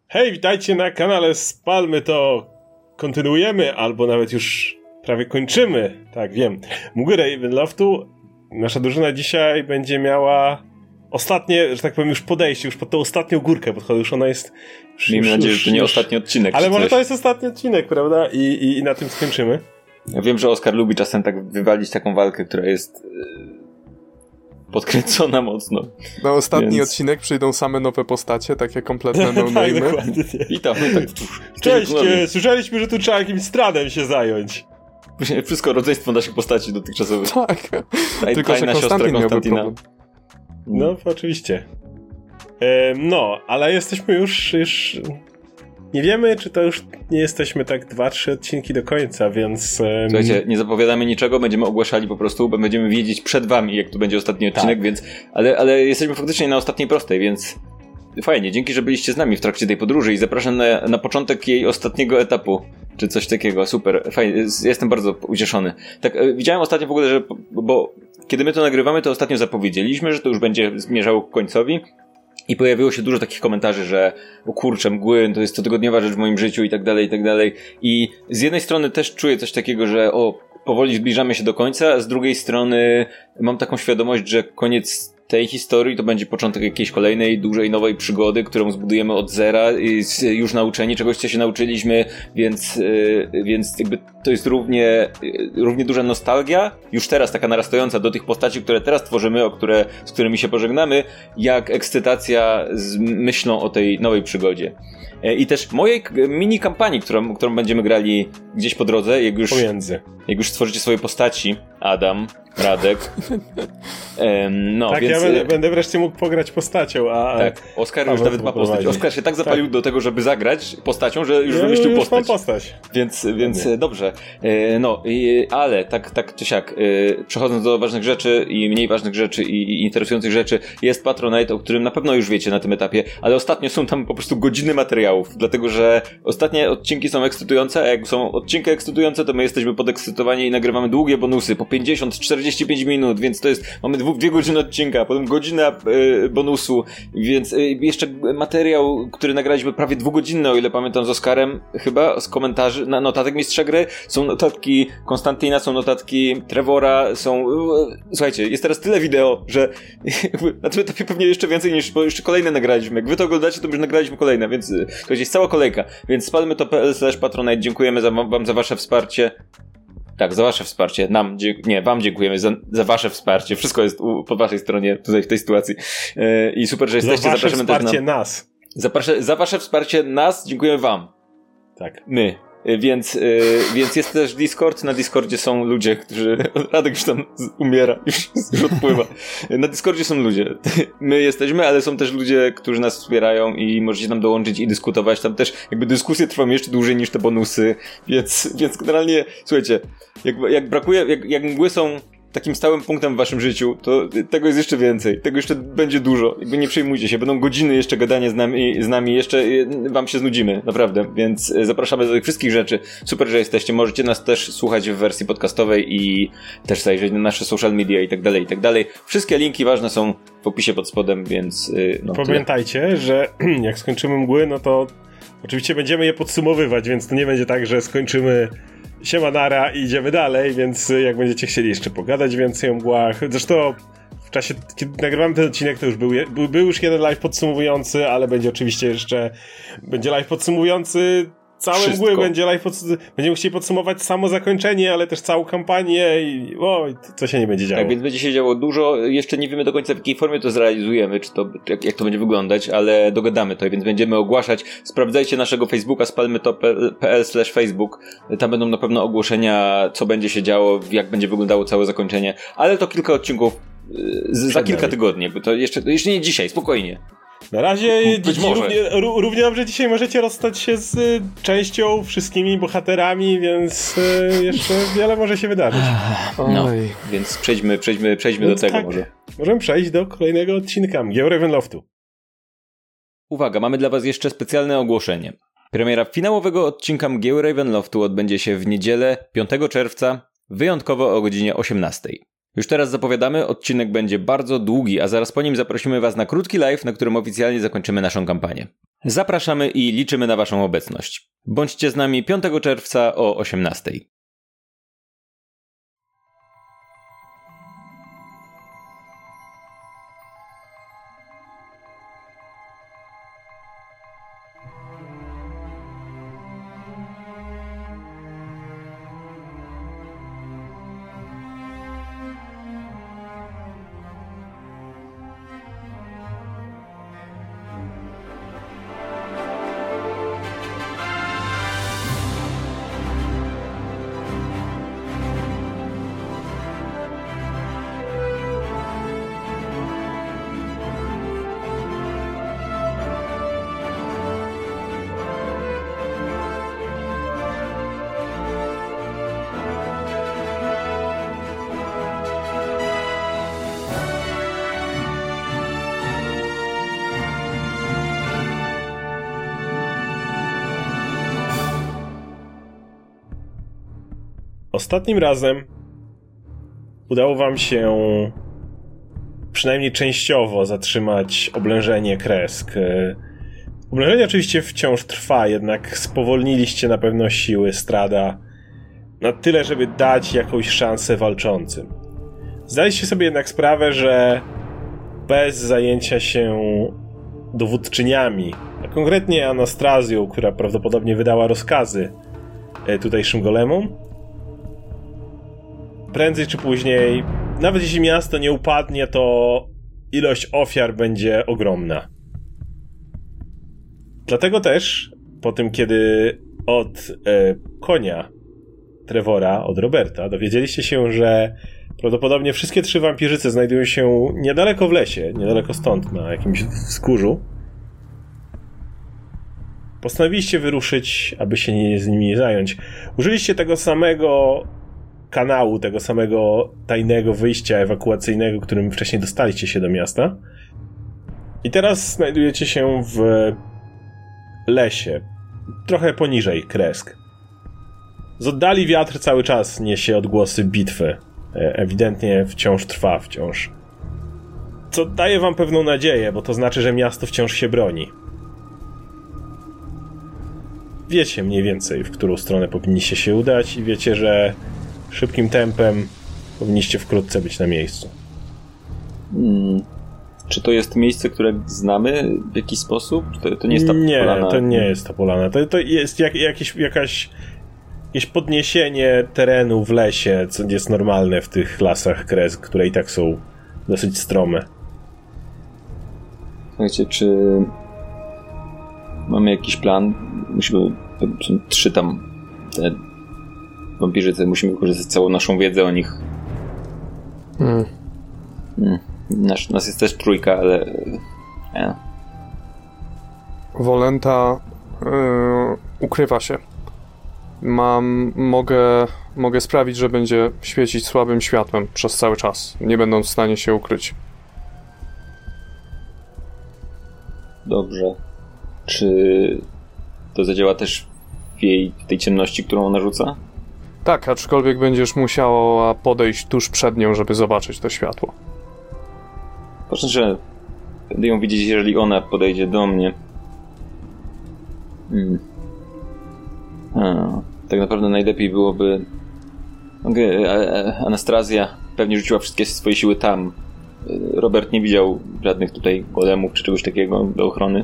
Hej, witajcie na kanale Spalmy to. Kontynuujemy, albo nawet już prawie kończymy. Tak, wiem. Mgły Ravenloftu. Nasza drużyna dzisiaj będzie miała ostatnie, że tak powiem, już podejście, już pod tą ostatnią górkę podchodzi. Już ona jest... Miejmy nadzieję, że to nie ostatni odcinek. Ale może to jest ostatni odcinek, prawda? I na tym skończymy. Ja wiem, że Oskar lubi czasem tak wywalić taką walkę, która jest podkręcona mocno. Na ostatni odcinek przyjdą same nowe postacie, takie kompletne no-name'y. Tak, dokładnie. Witamy. Tak. Cześć, słyszeliśmy, że tu trzeba jakimś stradem się zająć. Wszystko rodzeństwo naszych postaci dotychczasowych. Tak. Tylko, że Konstantin miałby problem. No, oczywiście. No, ale jesteśmy już... Nie wiemy, czy to już nie jesteśmy tak 2-3 odcinki do końca, więc... Słuchajcie, nie zapowiadamy niczego, będziemy ogłaszali po prostu, bo będziemy wiedzieć przed wami, jak tu będzie ostatni odcinek, tak. Więc... Ale jesteśmy faktycznie na ostatniej prostej, więc... Fajnie, dzięki, że byliście z nami w trakcie tej podróży i zapraszam na początek jej ostatniego etapu, czy coś takiego, super, fajnie, jestem bardzo ucieszony. Tak, widziałem ostatnio w ogóle, że... Bo kiedy my to nagrywamy, to ostatnio zapowiedzieliśmy, że to już będzie zmierzało ku końcowi. I pojawiło się dużo takich komentarzy, że o kurczę, mgły, to jest cotygodniowa rzecz w moim życiu i tak dalej, i tak dalej. I z jednej strony też czuję coś takiego, że powoli zbliżamy się do końca, a z drugiej strony mam taką świadomość, że koniec tej historii to będzie początek jakiejś kolejnej, dużej, nowej przygody, którą zbudujemy od zera, już nauczeni czegoś, co się nauczyliśmy, więc jakby to jest równie duża nostalgia, już teraz taka narastająca do tych postaci, które teraz tworzymy, z którymi się pożegnamy, jak ekscytacja z myślą o tej nowej przygodzie. I też mojej mini kampanii, którą będziemy grali gdzieś po drodze, jak już stworzycie swoje postaci, Adam, Radek. No, tak, więc... ja będę wreszcie mógł pograć postacią, tak, Oskar już nawet ma postać. Oskar się tak zapalił do tego, żeby zagrać postacią, że już wymyślił postać. Mam postać. Więc dobrze. Ale tak czy siak, przechodząc do ważnych rzeczy i mniej ważnych rzeczy i interesujących rzeczy, jest Patronite, o którym na pewno już wiecie na tym etapie, ale ostatnio są tam po prostu godziny materiałów, dlatego że ostatnie odcinki są ekscytujące, a jak są odcinki ekscytujące, to my jesteśmy podekscytowani i nagrywamy długie bonusy, po 50-45 minut, więc to jest, mamy 2 godziny odcinka, potem godzina bonusu, więc jeszcze materiał, który nagraliśmy prawie 2-godzinny, o ile pamiętam, z Oskarem, chyba, z komentarzy, notatek mistrza gry, są notatki Konstantina, są notatki Trevora, słuchajcie, jest teraz tyle wideo, że na tym etapie pewnie jeszcze więcej niż, bo jeszcze kolejne nagraliśmy, jak wy to oglądacie, to już nagraliśmy kolejne, więc to jest cała kolejka, więc spalmy to.pl/patronite, dziękujemy wam za wasze wsparcie. Tak, za wasze wsparcie. Wam dziękujemy za wasze wsparcie. Wszystko jest po waszej stronie tutaj w tej sytuacji. I super, że jesteście. Za wasze wsparcie nas. Za wasze wsparcie nas dziękujemy wam. Tak. My. Więc jest też Discord. Na Discordzie są ludzie, którzy... Radek już tam umiera, już odpływa. Na Discordzie są ludzie. My jesteśmy, ale są też ludzie, którzy nas wspierają i możecie tam dołączyć i dyskutować. Tam też jakby dyskusje trwają jeszcze dłużej niż te bonusy. Więc generalnie, słuchajcie, jak mgły są takim stałym punktem w waszym życiu, to tego jest jeszcze więcej. Tego jeszcze będzie dużo. Jakby nie przejmujcie się. Będą godziny jeszcze gadania z nami. Jeszcze wam się znudzimy. Naprawdę. Więc zapraszamy do tych wszystkich rzeczy. Super, że jesteście. Możecie nas też słuchać w wersji podcastowej i też zajrzeć na nasze social media i tak dalej, i tak dalej. Wszystkie linki ważne są w opisie pod spodem, więc pamiętajcie, że jak skończymy mgły, no to oczywiście będziemy je podsumowywać, więc to nie będzie tak, że skończymy siema nara i idziemy dalej, więc jak będziecie chcieli jeszcze pogadać więcej o mgłach, zresztą w czasie, kiedy nagrywamy ten odcinek, to już był już jeden live podsumowujący, ale będzie oczywiście jeszcze live podsumowujący całe mgły, będziemy chcieli podsumować samo zakończenie, ale też całą kampanię i co się nie będzie działo. Tak, więc będzie się działo dużo, jeszcze nie wiemy do końca w jakiej formie to zrealizujemy, czy to, jak to będzie wyglądać, ale dogadamy to, więc będziemy ogłaszać. Sprawdzajcie naszego Facebooka, spalmy.pl/Facebook, tam będą na pewno ogłoszenia, co będzie się działo, jak będzie wyglądało całe zakończenie, ale to kilka odcinków za kilka tygodni, bo to jeszcze nie dzisiaj, spokojnie. Na razie równie dobrze dzisiaj możecie rozstać się z częścią, wszystkimi bohaterami, więc jeszcze wiele może się wydarzyć. No, więc przejdźmy do tego tak, może. Możemy przejść do kolejnego odcinka Mgieł Ravenloftu. Uwaga, mamy dla was jeszcze specjalne ogłoszenie. Premiera finałowego odcinka Mgieł Ravenloftu odbędzie się w niedzielę 5 czerwca, wyjątkowo o godzinie 18. Już teraz zapowiadamy, odcinek będzie bardzo długi, a zaraz po nim zaprosimy was na krótki live, na którym oficjalnie zakończymy naszą kampanię. Zapraszamy i liczymy na waszą obecność. Bądźcie z nami 5 czerwca o 18. Ostatnim razem udało wam się przynajmniej częściowo zatrzymać oblężenie Kresk. Oblężenie oczywiście wciąż trwa, jednak spowolniliście na pewno siły Strahda na tyle, żeby dać jakąś szansę walczącym. Zdaliście sobie jednak sprawę, że bez zajęcia się dowódczyniami, a konkretnie Anastrazją, która prawdopodobnie wydała rozkazy tutejszym golemom, prędzej czy później, nawet jeśli miasto nie upadnie, to ilość ofiar będzie ogromna. Dlatego też, po tym kiedy od konia Trevora, od Roberta, dowiedzieliście się, że prawdopodobnie wszystkie 3 wampirzyce znajdują się niedaleko w lesie, niedaleko stąd, na jakimś wzgórzu, postanowiliście wyruszyć, aby się z nimi zająć. Użyliście tego samego kanału, tego samego tajnego wyjścia ewakuacyjnego, którym wcześniej dostaliście się do miasta. I teraz znajdujecie się w lesie, trochę poniżej Kresk. Z oddali wiatr cały czas niesie odgłosy bitwy. Ewidentnie wciąż trwa, co daje wam pewną nadzieję, bo to znaczy, że miasto wciąż się broni. Wiecie mniej więcej, w którą stronę powinniście się udać i wiecie, że szybkim tempem powinniście wkrótce być na miejscu. Czy to jest miejsce, które znamy w jakiś sposób? To nie jest ta polana? Nie, to nie jest ta polana. To jest jakieś podniesienie terenu w lesie, co jest normalne w tych lasach Kresk, które i tak są dosyć strome. Słuchajcie, czy mamy jakiś plan? Musimy, są 3 tam te wampirzyce, musimy wykorzystać całą naszą wiedzę o nich. Nas jest też 3, ale... Wolenta ukrywa się. Mogę sprawić, że będzie świecić słabym światłem przez cały czas, nie będąc w stanie się ukryć. Dobrze. Czy to zadziała też w tej ciemności, którą ona rzuca? Tak, aczkolwiek będziesz musiała podejść tuż przed nią, żeby zobaczyć to światło. Ważne, że będę ją widzieć, jeżeli ona podejdzie do mnie. Tak naprawdę najlepiej byłoby... Anastrazja pewnie rzuciła wszystkie swoje siły tam. Robert nie widział żadnych tutaj golemów czy czegoś takiego do ochrony.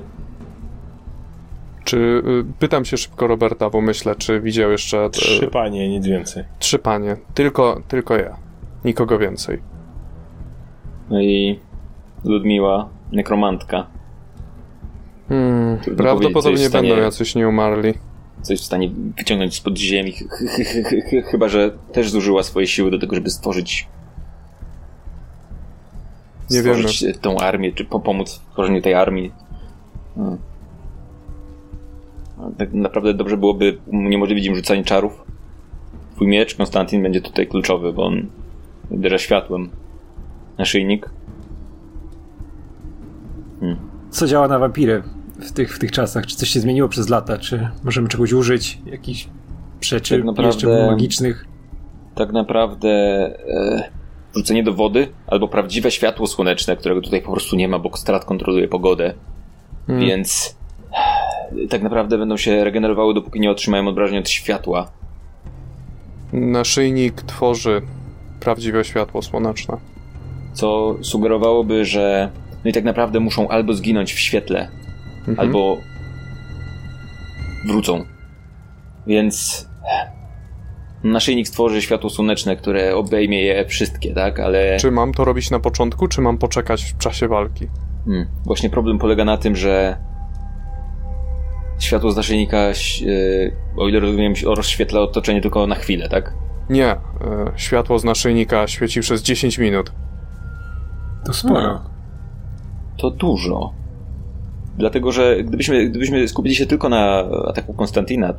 Pytam się szybko Roberta, bo myślę, czy widział jeszcze... 3 panie, nic więcej. 3 panie. Tylko ja. Nikogo więcej. No i Ludmiła, nekromantka. Prawdopodobnie będą jacyś nieumarli. Coś w stanie wyciągnąć spod ziemi. Chyba że też zużyła swoje siły do tego, żeby stworzyć tą armię, czy pomóc w tworzeniu tej armii. Tak naprawdę dobrze byłoby uniemożliwić im rzucanie czarów. Twój miecz, Konstantin, będzie tutaj kluczowy, bo on uderza światłem. Naszyjnik. Co działa na wampiry w tych czasach? Czy coś się zmieniło przez lata? Czy możemy czegoś użyć? Jakichś rzeczy jeszcze magicznych? Tak naprawdę wrzucenie do wody, albo prawdziwe światło słoneczne, którego tutaj po prostu nie ma, bo Strat kontroluje pogodę. Więc tak naprawdę będą się regenerowały, dopóki nie otrzymają obrażeń od światła. Naszyjnik tworzy prawdziwe światło słoneczne. Co sugerowałoby, że no i tak naprawdę muszą albo zginąć w świetle, albo wrócą. Więc naszyjnik stworzy światło słoneczne, które obejmie je wszystkie, tak? Ale... Czy mam to robić na początku, czy mam poczekać w czasie walki? Właśnie problem polega na tym, że światło z naszyjnika, o ile rozumiem, rozświetla otoczenie tylko na chwilę, tak? Nie. Światło z naszyjnika świeci przez 10 minut. To sporo. To dużo. Dlatego, że gdybyśmy skupili się tylko na ataku Konstantina,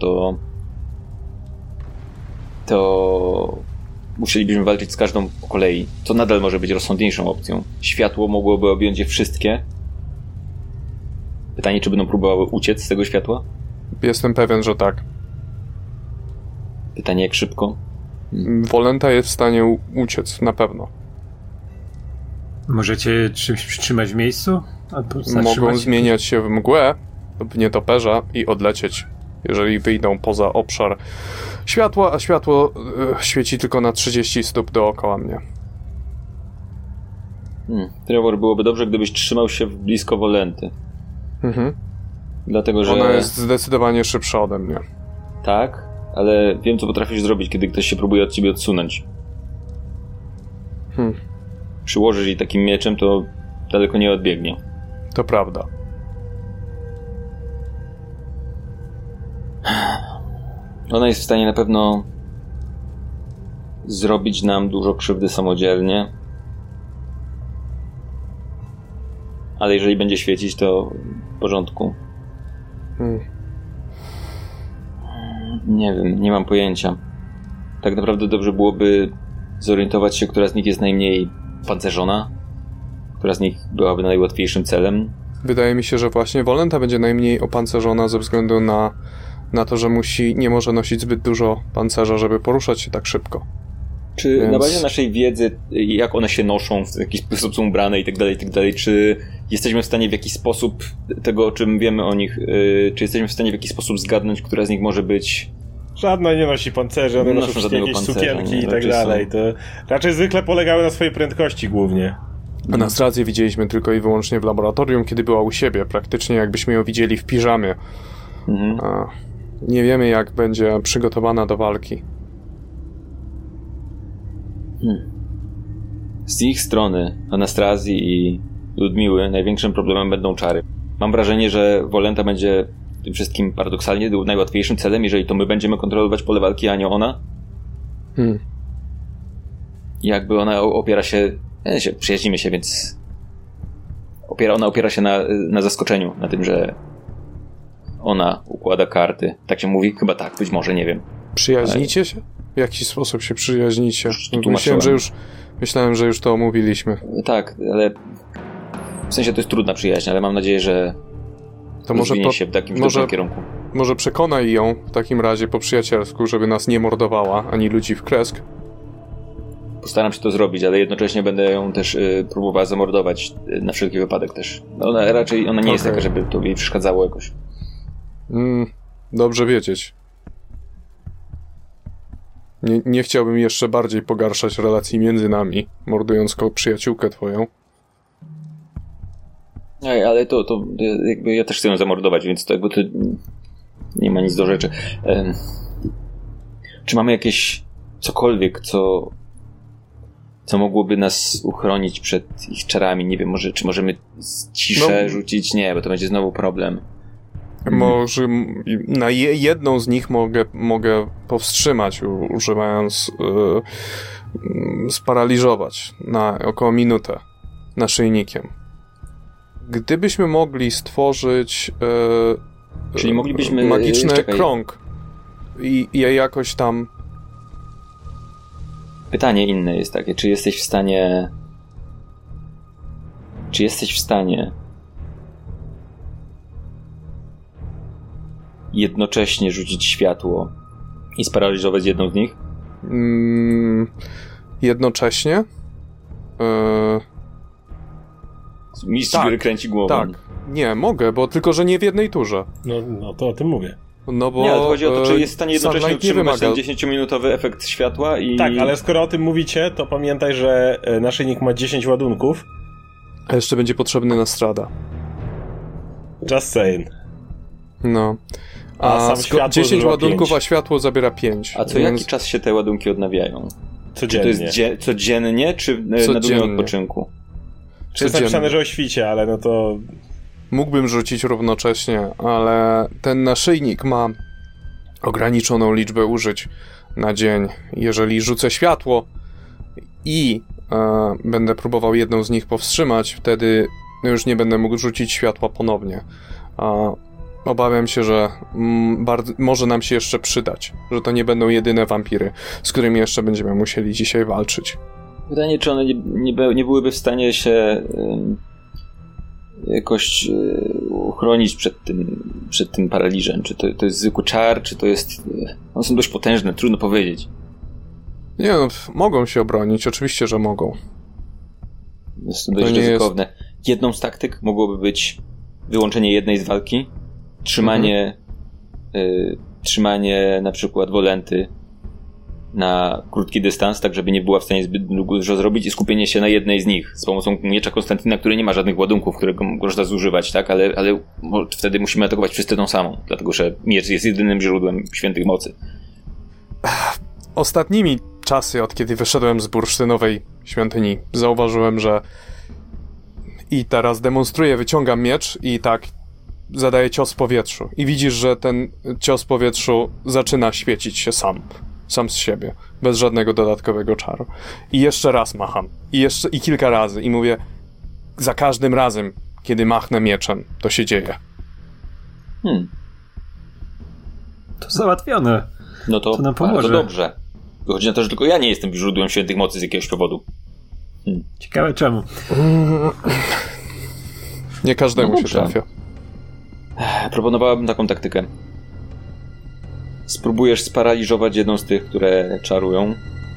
to musielibyśmy walczyć z każdą po kolei, co nadal może być rozsądniejszą opcją. Światło mogłoby objąć je wszystkie. Pytanie, czy będą próbowały uciec z tego światła? Jestem pewien, że tak. Pytanie, jak szybko? Wolenta jest w stanie uciec, na pewno. Możecie czymś przytrzymać w miejscu? Albo mogą zmieniać się w mgłę lub nietoperza i odlecieć, jeżeli wyjdą poza obszar światła, a światło świeci tylko na 30 stóp dookoła mnie. Trevor, byłoby dobrze, gdybyś trzymał się blisko Wolenty. Dlatego, że... Ona jest zdecydowanie szybsza ode mnie. Tak, ale wiem, co potrafisz zrobić, kiedy ktoś się próbuje od ciebie odsunąć. Przyłożysz jej takim mieczem, to daleko nie odbiegnie. To prawda. Ona jest w stanie na pewno zrobić nam dużo krzywdy samodzielnie. Ale jeżeli będzie świecić, to w porządku. Nie wiem, nie mam pojęcia. Tak naprawdę dobrze byłoby zorientować się, która z nich jest najmniej pancerzona, która z nich byłaby najłatwiejszym celem. Wydaje mi się, że właśnie Wolenta będzie najmniej opancerzona ze względu na to, że nie może nosić zbyt dużo pancerza, żeby poruszać się tak szybko. Czy na bazie naszej wiedzy, jak one się noszą, w jaki sposób są ubrane i tak dalej, czy jesteśmy w stanie w jakiś sposób, tego o czym wiemy o nich, czy jesteśmy w stanie w jakiś sposób zgadnąć, która z nich może być... Żadna nie nosi pancerzy, one noszą jakieś sukienki i tak dalej. To raczej zwykle polegały na swojej prędkości głównie. Anastazię widzieliśmy tylko i wyłącznie w laboratorium, kiedy była u siebie, praktycznie jakbyśmy ją widzieli w piżamie. Nie wiemy, jak będzie przygotowana do walki. Z ich strony, Anastazji i Ludmiły, największym problemem będą czary. Mam wrażenie, że Wolenta będzie tym wszystkim paradoksalnie najłatwiejszym celem, jeżeli to my będziemy kontrolować pole walki, a nie ona. Jakby ona opiera się... przyjaźnimy się, więc... Ona opiera się na zaskoczeniu, na tym, że ona układa karty. Tak się mówi? Chyba tak, być może, nie wiem. Przyjaźnicie się? W jaki sposób się przyjaźnicie? Myślałem, że już to omówiliśmy. Tak, ale w sensie to jest trudna przyjaźń, ale mam nadzieję, że to może się w takim dobrym kierunku. Może przekonaj ją w takim razie po przyjacielsku, żeby nas nie mordowała, ani ludzi w Kresk. Postaram się to zrobić, ale jednocześnie będę ją też próbowała zamordować na wszelki wypadek też. Ona nie jest taka, żeby to jej przeszkadzało jakoś. Dobrze wiedzieć. Nie chciałbym jeszcze bardziej pogarszać relacji między nami, mordując przyjaciółkę twoją. Ale to jakby ja też chcę ją zamordować, więc to jakby to nie ma nic do rzeczy. Czy mamy jakieś cokolwiek, co mogłoby nas uchronić przed ich czarami? Nie wiem, czy możemy ciszę rzucić? Nie, bo to będzie znowu problem. Może na jedną z nich mogę powstrzymać, używając sparaliżować na około minutę naszyjnikiem. Gdybyśmy mogli stworzyć czyli moglibyśmy magiczny krąg i je jakoś tam... Pytanie inne jest takie, czy jesteś w stanie jednocześnie rzucić światło i sparaliżować jedną z nich? Jednocześnie? Mistrz gry kręci głową. Tak. Nie, mogę, bo tylko, że nie w jednej turze. No to o tym mówię. No bo... Nie, ale chodzi o to, czy jest w stanie jednocześnie Sunlight nie utrzymywać wymaga... ten 10-minutowy efekt światła i... Tak, ale skoro o tym mówicie, to pamiętaj, że naszyjnik ma 10 ładunków. A jeszcze będzie potrzebny na strada. Just saying. No. A sam światło 10 zużywa ładunków, 5. a światło zabiera 5. A co jaki czas się te ładunki odnawiają? Codziennie. Czy to jest codziennie, czy na dniu odpoczynku? Czy jest napisane, że o świcie, ale no to... Mógłbym rzucić równocześnie, ale ten naszyjnik ma ograniczoną liczbę użyć na dzień. Jeżeli rzucę światło i będę próbował jedną z nich powstrzymać, wtedy już nie będę mógł rzucić światła ponownie. Obawiam się, że może nam się jeszcze przydać, że to nie będą jedyne wampiry, z którymi jeszcze będziemy musieli dzisiaj walczyć. Pytanie, czy one nie byłyby w stanie się jakoś uchronić przed tym paraliżem. Czy to jest zwykły czar, czy to jest... One są dość potężne, trudno powiedzieć. Nie no, mogą się obronić, oczywiście, że mogą. Jest to dość ryzykowne. Jedną z taktyk mogłoby być wyłączenie jednej z walki, trzymanie na przykład Wolenty na krótki dystans, tak żeby nie była w stanie zbyt dużo zrobić i skupienie się na jednej z nich z pomocą miecza Konstantina, który nie ma żadnych ładunków, którego można zużywać, tak? Ale wtedy musimy atakować wszyscy tą samą, dlatego że miecz jest jedynym źródłem świętych mocy. Ostatnimi czasy, od kiedy wyszedłem z bursztynowej świątyni, zauważyłem, że i teraz demonstruję, wyciągam miecz i tak zadaję cios w powietrzu. I widzisz, że ten cios w powietrzu zaczyna świecić się sam z siebie, bez żadnego dodatkowego czaru. I jeszcze raz macham. I kilka razy. I mówię, za każdym razem, kiedy machnę mieczem, to się dzieje. To załatwione. No to nam pomoże. bardzo dobrze. Wychodzi na to, że tylko ja nie jestem źródłem świętych mocy z jakiegoś powodu. Ciekawe czemu. Nie każdemu się trafia. Proponowałabym taką taktykę. Spróbujesz sparaliżować jedną z tych, które czarują.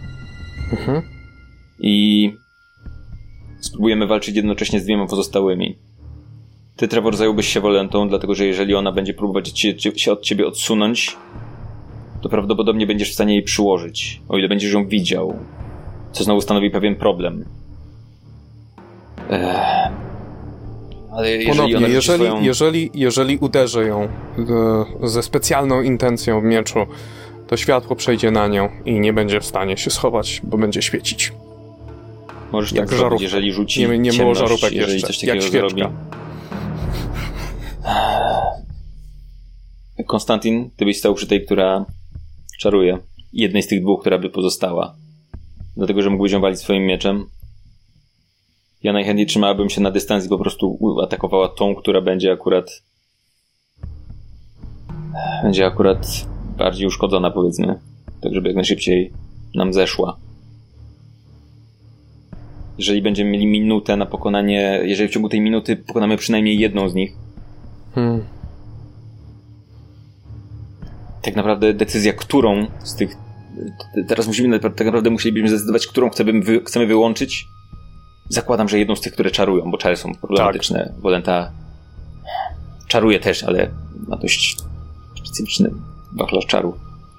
I spróbujemy walczyć jednocześnie z dwiema pozostałymi. Ty, Trevor, zająłbyś się Wolentą, dlatego że jeżeli ona będzie próbować się od ciebie odsunąć, to prawdopodobnie będziesz w stanie jej przyłożyć, o ile będziesz ją widział. Co znowu stanowi pewien problem. Ale jeżeli uderzę ją ze specjalną intencją w mieczu, to światło przejdzie na nią i nie będzie w stanie się schować, bo będzie świecić. Możesz tak zrobić, jeżeli rzuci nie było żarówek jeżeli jeszcze, coś takiego jak świeczka. Zrobi. Konstantin, ty byś stał przy tej, która czaruje. Jednej z tych dwóch, która by pozostała. Dlatego, że mógłbyś ją walić swoim mieczem. Ja najchętniej trzymałabym się na dystans i po prostu atakowała tą, która będzie akurat bardziej uszkodzona, powiedzmy. Tak, żeby jak najszybciej nam zeszła. Jeżeli będziemy mieli minutę na pokonanie, jeżeli w ciągu tej minuty pokonamy przynajmniej jedną z nich, tak naprawdę decyzja, którą z tych... Teraz tak naprawdę musielibyśmy zdecydować, którą chcemy wyłączyć. Zakładam, że jedną z tych, które czarują, bo czary są problematyczne. Tak. Wolenta czaruje też, ale ma dość specyficzny wachlarz czaru.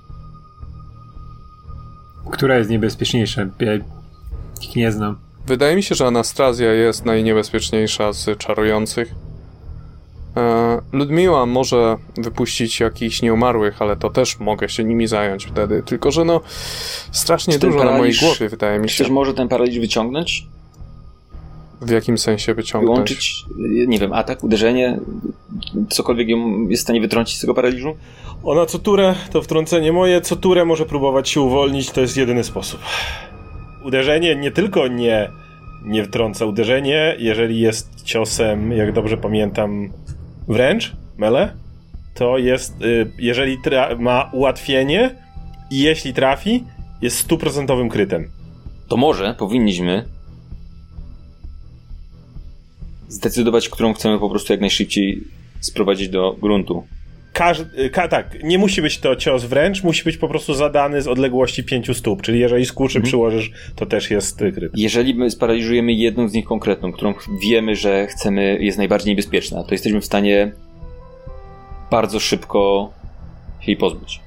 Która jest niebezpieczniejsza? Ja ich nie znam. Wydaje mi się, że Anastazja jest najniebezpieczniejsza z czarujących. Ludmiła może wypuścić jakichś nieumarłych, ale to też mogę się nimi zająć wtedy. Tylko, że strasznie dużo na mojej głowie, wydaje mi się. Czy może ten paraliż wyciągnąć? W jakim sensie wyciągnąć? Wyłączyć, nie wiem, atak, uderzenie, cokolwiek ją jest w stanie wytrącić z tego paraliżu? Ona co turę, to wtrącenie moje, co turę może próbować się uwolnić, to jest jedyny sposób. Uderzenie nie tylko nie wtrąca. Uderzenie, jeżeli jest ciosem, jak dobrze pamiętam, wręcz, mele, to jest, jeżeli ma ułatwienie i jeśli trafi, jest 100% krytem. To może powinniśmy zdecydować, którą chcemy po prostu jak najszybciej sprowadzić do gruntu. tak, nie musi być to cios wręcz, musi być po prostu zadany z odległości 5 stóp, czyli jeżeli z kuszy przyłożysz, to też jest kryt. Jeżeli my sparaliżujemy jedną z nich konkretną, którą wiemy, że chcemy, jest najbardziej niebezpieczna, to jesteśmy w stanie bardzo szybko się jej pozbyć.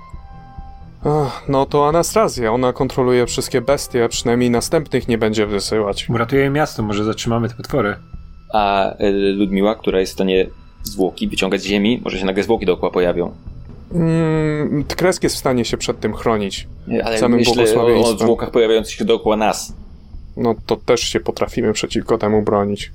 No to Anastazja, ona kontroluje wszystkie bestie, przynajmniej następnych nie będzie wysyłać. Uratujemy miasto, może zatrzymamy te potwory. A Ludmiła, która jest w stanie zwłoki wyciągać z ziemi, może się nagle zwłoki dookoła pojawią. Kresk jest w stanie się przed tym chronić. Ale samym myślę o zwłokach pojawiających się dookoła nas. No to też się potrafimy przeciwko temu bronić.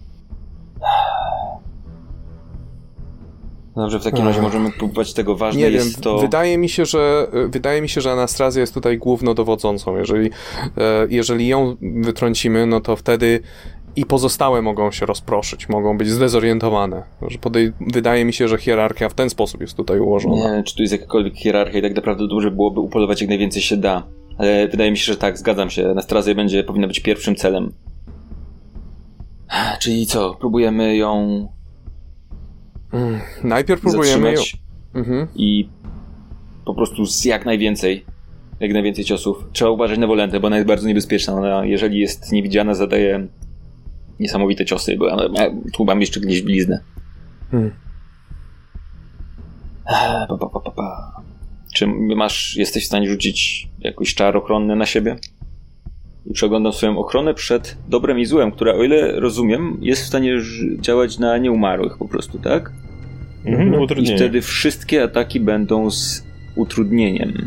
Dobrze, w takim razie możemy próbować tego. Ważne nie jest wiem, to... Wydaje mi się, że Anastazja jest tutaj głównodowodzącą. Jeżeli ją wytrącimy, no to wtedy i pozostałe mogą się rozproszyć, mogą być zdezorientowane. Wydaje mi się, że hierarchia w ten sposób jest tutaj ułożona. Nie wiem, czy tu jest jakakolwiek hierarchia i tak naprawdę dobrze byłoby upolować jak najwięcej się da. Ale wydaje mi się, że tak, zgadzam się. Anastazja powinna być pierwszym celem. Czyli co? Próbujemy ją... Najpierw próbujemy ją... I po prostu z jak najwięcej ciosów. Trzeba uważać na Wolentę, bo ona jest bardzo niebezpieczna. Ona, jeżeli jest niewidziana, zadaje niesamowite ciosy, bo tu mam jeszcze gdzieś bliznę. Czy jesteś w stanie rzucić jakiś czar ochronny na siebie? I przeglądam swoją ochronę przed dobrem i złem, która, o ile rozumiem, jest w stanie działać na nieumarłych po prostu, tak? I wtedy wszystkie ataki będą z utrudnieniem.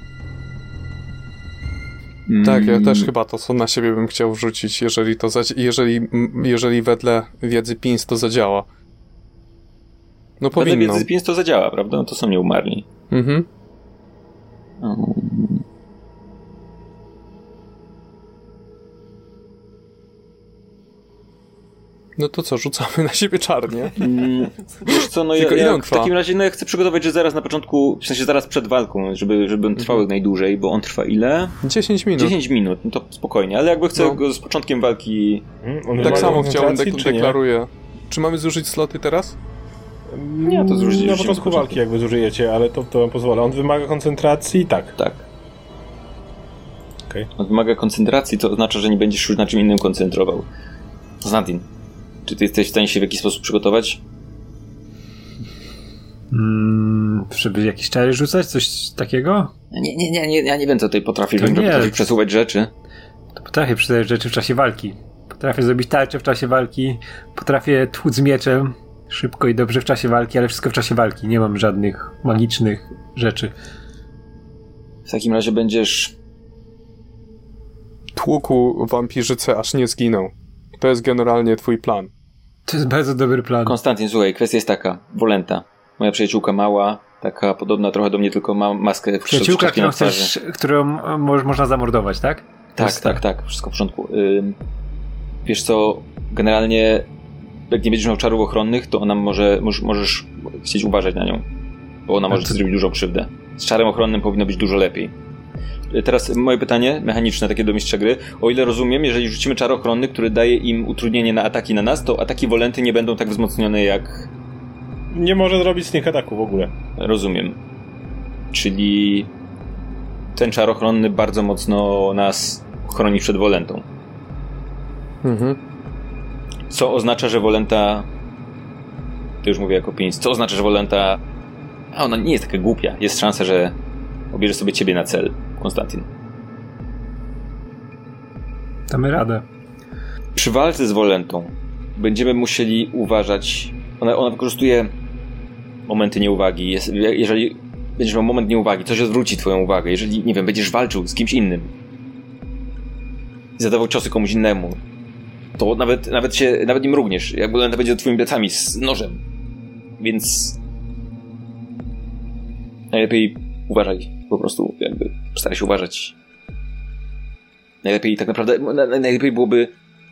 Tak, ja też chyba to, co na siebie bym chciał wrzucić, jeżeli wedle wiedzy Pins to zadziała. No powinno. Wedle wiedzy Pins to zadziała, prawda? No to są nieumarli. No to co, rzucamy na siebie czarnie? Wiesz co, no ja w takim razie ja chcę przygotować, że zaraz na początku, w sensie zaraz przed walką, żeby on trwał najdłużej, bo on trwa ile? 10 minut. 10 minut, no to spokojnie, ale jakby chcę go z początkiem walki... Tak samo chciałem, deklaruję. Czy mamy zużyć sloty teraz? Nie, to zużyć na początku walki jakby zużyjecie, ale to wam pozwolę. On wymaga koncentracji? Tak. Okay. On wymaga koncentracji, to oznacza, że nie będziesz już na czym innym koncentrował. Konstantin, czy ty jesteś w stanie się w jakiś sposób przygotować? Żeby jakieś czary rzucać? Coś takiego? Nie, ja nie wiem, co tutaj potrafisz. Wiem, że potrafisz przesuwać rzeczy. To potrafię przesuwać rzeczy w czasie walki. Potrafię zrobić tarczę w czasie walki. Potrafię tłuc mieczem szybko i dobrze w czasie walki, ale wszystko w czasie walki. Nie mam żadnych magicznych rzeczy. W takim razie będziesz... Tłukł wampirzycę, aż nie zginął. To jest generalnie twój plan. To jest bardzo dobry plan. Konstantin, słuchaj, kwestia jest taka. Wolenta. Moja przyjaciółka mała, taka podobna trochę do mnie, tylko ma maskę. Przyjaciółka, którą można zamordować, tak? Tak. Wszystko w porządku. Wiesz co, generalnie jak nie będziesz miał czarów ochronnych, to ona możesz chcieć uważać na nią. Bo ona może zrobić dużą krzywdę. Z czarem ochronnym powinno być dużo lepiej. Teraz moje pytanie mechaniczne, takie do mistrza gry. O ile rozumiem, jeżeli rzucimy czar ochronny, który daje im utrudnienie na ataki na nas, to ataki Wolenty nie będą tak wzmocnione jak... Nie może zrobić sneak ataku w ogóle. Rozumiem. Czyli ten czar ochronny bardzo mocno nas chroni przed Wolentą. Co oznacza, że Wolenta... To już mówię jako Pins. Co oznacza, że Wolenta... ona nie jest taka głupia. Jest szansa, że obierze sobie ciebie na cel, Konstantin. Damy radę. Przy walce z Wolentą będziemy musieli uważać... Ona wykorzystuje momenty nieuwagi. Jeżeli będziesz miał moment nieuwagi, coś odwróci twoją uwagę. Jeżeli, nie wiem, będziesz walczył z kimś innym i zadawał ciosy komuś innemu, to nawet nie mrugniesz. Jak Wolenta będzie za twoimi plecami z nożem. Więc najlepiej uważaj. Po prostu jakby staraj się uważać. Najlepiej tak naprawdę, najlepiej byłoby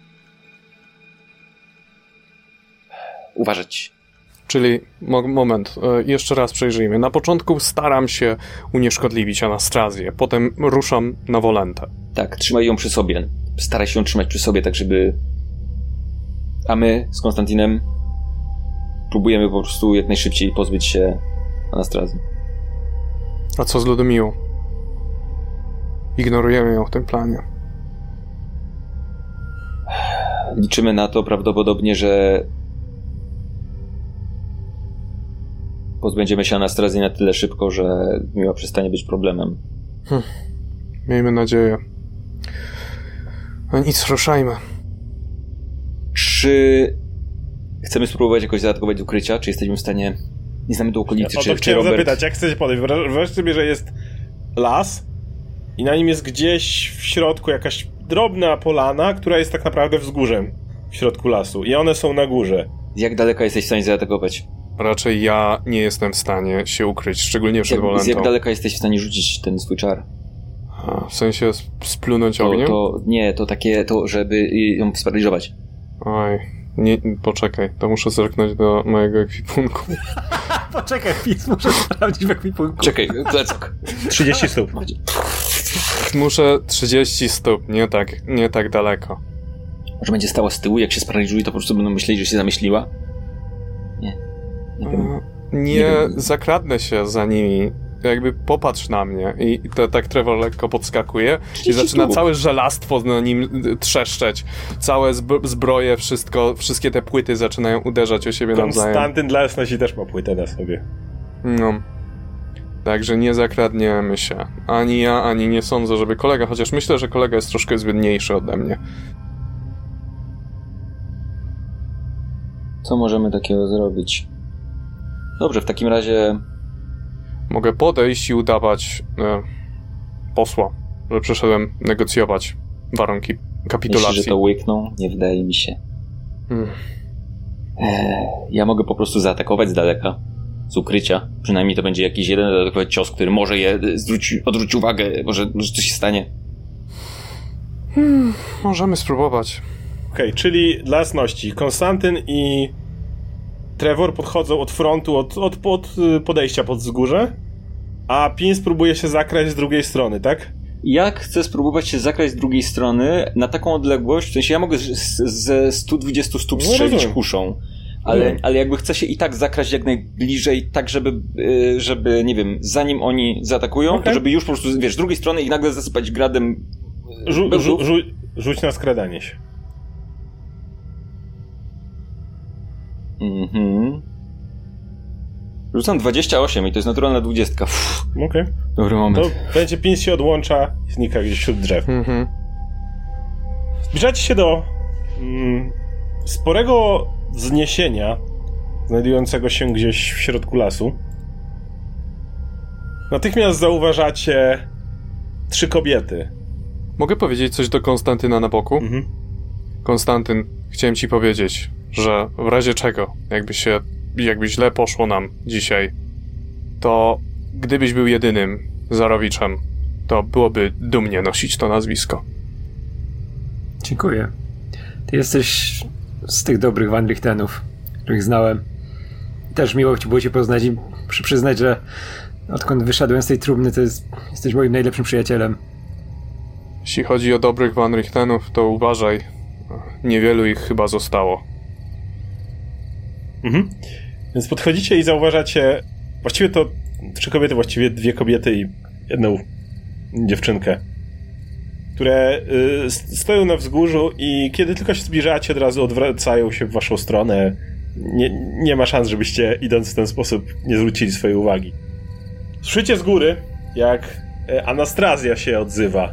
uważać. Czyli, moment, jeszcze raz przejrzyjmy. Na początku staram się unieszkodliwić Anastazję, potem ruszam na Wolentę. Tak, trzymaj ją przy sobie. Staraj się ją trzymać przy sobie, tak żeby... A my z Konstantinem próbujemy po prostu jak najszybciej pozbyć się Anastrazji. A co z Ludomiłą? Ignorujemy ją w tym planie. Liczymy na to prawdopodobnie, że pozbędziemy się Anastrazji na tyle szybko, że Miła przestanie być problemem. Miejmy nadzieję. A nic, ruszajmy. Czy chcemy spróbować jakoś zaatakować z ukrycia? Czy jesteśmy w stanie... Nie znamy tu okolicy, czy chciałem Robert... zapytać, jak chcecie podejść? Wyobraź sobie, że jest las i na nim jest gdzieś w środku jakaś drobna polana, która jest tak naprawdę wzgórzem w środku lasu i one są na górze. Jak daleka jesteś w stanie zaatakować? Raczej ja nie jestem w stanie się ukryć, szczególnie przed Wolentą. Jak daleka jesteś w stanie rzucić ten swój czar? W sensie splunąć ogniem? To takie, żeby ją sparaliżować. Oj, nie, poczekaj, to muszę zerknąć do mojego ekwipunku. Poczekaj, muszę sprawdzić w ekwipunku. Czekaj, plecak. 30 stóp. Muszę 30 stóp, nie tak daleko. Może będzie stała z tyłu, jak się sparaliżuje, to po prostu będą myśleli, że się zamyśliła? Nie wiem. Nie zakradnę się za nimi. Jakby popatrz na mnie. I tak Trevor lekko podskakuje i zaczyna całe żelastwo na nim trzeszczeć. Całe zbroje, wszystkie te płyty zaczynają uderzać o siebie nawzajem. Konstantyn dla jasności też ma płytę na sobie. No. Także nie zakradniemy się. Ani ja, ani nie sądzę, żeby kolega, chociaż myślę, że kolega jest troszkę zbiedniejszy ode mnie. Co możemy takiego zrobić? Dobrze, w takim razie... Mogę podejść i udawać posła, że przyszedłem negocjować warunki kapitulacji. Myślisz, że to łykną? Nie wydaje mi się. Ja mogę po prostu zaatakować z daleka, z ukrycia. Przynajmniej to będzie jakiś jeden dodatkowy cios, który może je odwrócić uwagę, może coś się stanie. Możemy spróbować. Okej, czyli dla jasności, Konstantyn i Trevor podchodzą od frontu, od podejścia pod wzgórze, a Pin spróbuje się zakraść z drugiej strony, tak? Ja chcę spróbować się zakraść z drugiej strony na taką odległość, w sensie ja mogę ze 120 stóp strzelić kuszą, ale jakby chcę się i tak zakraść jak najbliżej, tak żeby nie wiem, zanim oni zaatakują, to żeby już po prostu, wiesz, z drugiej strony ich nagle zasypać gradem. Rzuć na skradanie się. Rzucam 28 i to jest naturalna 20. Okej. Dobry moment. To będzie Pin się odłącza i znika gdzieś wśród drzew. Zbliżacie się do sporego wzniesienia znajdującego się gdzieś w środku lasu. Natychmiast zauważacie 3 kobiety. Mogę powiedzieć coś do Konstantyna na boku? Konstantyn, chciałem ci powiedzieć, że w razie czego, jakby źle poszło nam dzisiaj, to gdybyś był jedynym Zarowiczem, to byłoby dumnie nosić to nazwisko. Dziękuję. Ty jesteś z tych dobrych Van Richtenów, których znałem. Też miło było cię poznać i muszę przyznać, że odkąd wyszedłem z tej trumny, to jesteś moim najlepszym przyjacielem. Jeśli chodzi o dobrych Van Richtenów, to uważaj. Niewielu ich chyba zostało. Więc podchodzicie i zauważacie, właściwie to 3 kobiety, właściwie 2 kobiety i jedną dziewczynkę, które stoją na wzgórzu i kiedy tylko się zbliżacie, od razu odwracają się w waszą stronę. Nie ma szans, żebyście idąc w ten sposób nie zwrócili swojej uwagi. Słyszycie z góry, jak Anastrazja się odzywa.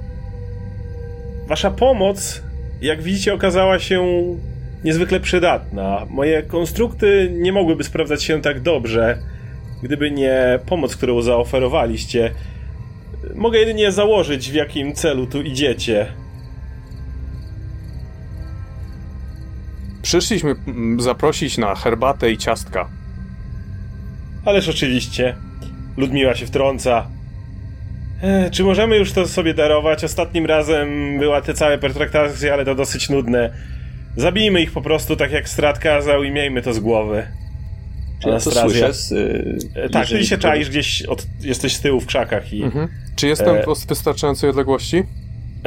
Wasza pomoc, jak widzicie, okazała się niezwykle przydatna. Moje konstrukty nie mogłyby sprawdzać się tak dobrze, gdyby nie pomoc, którą zaoferowaliście. Mogę jedynie założyć, w jakim celu tu idziecie. Przyszliśmy zaprosić na herbatę i ciastka. Ależ oczywiście. Ludmiła się wtrąca. Czy możemy już to sobie darować? Ostatnim razem była te całe pertraktacje, ale to dosyć nudne. Zabijmy ich po prostu tak jak Strat kazał i miejmy to z głowy. Czy ja to słyszę? Tak, ty się czaisz gdzieś, jesteś z tyłu w krzakach i... Czy jestem w wystarczającej odległości?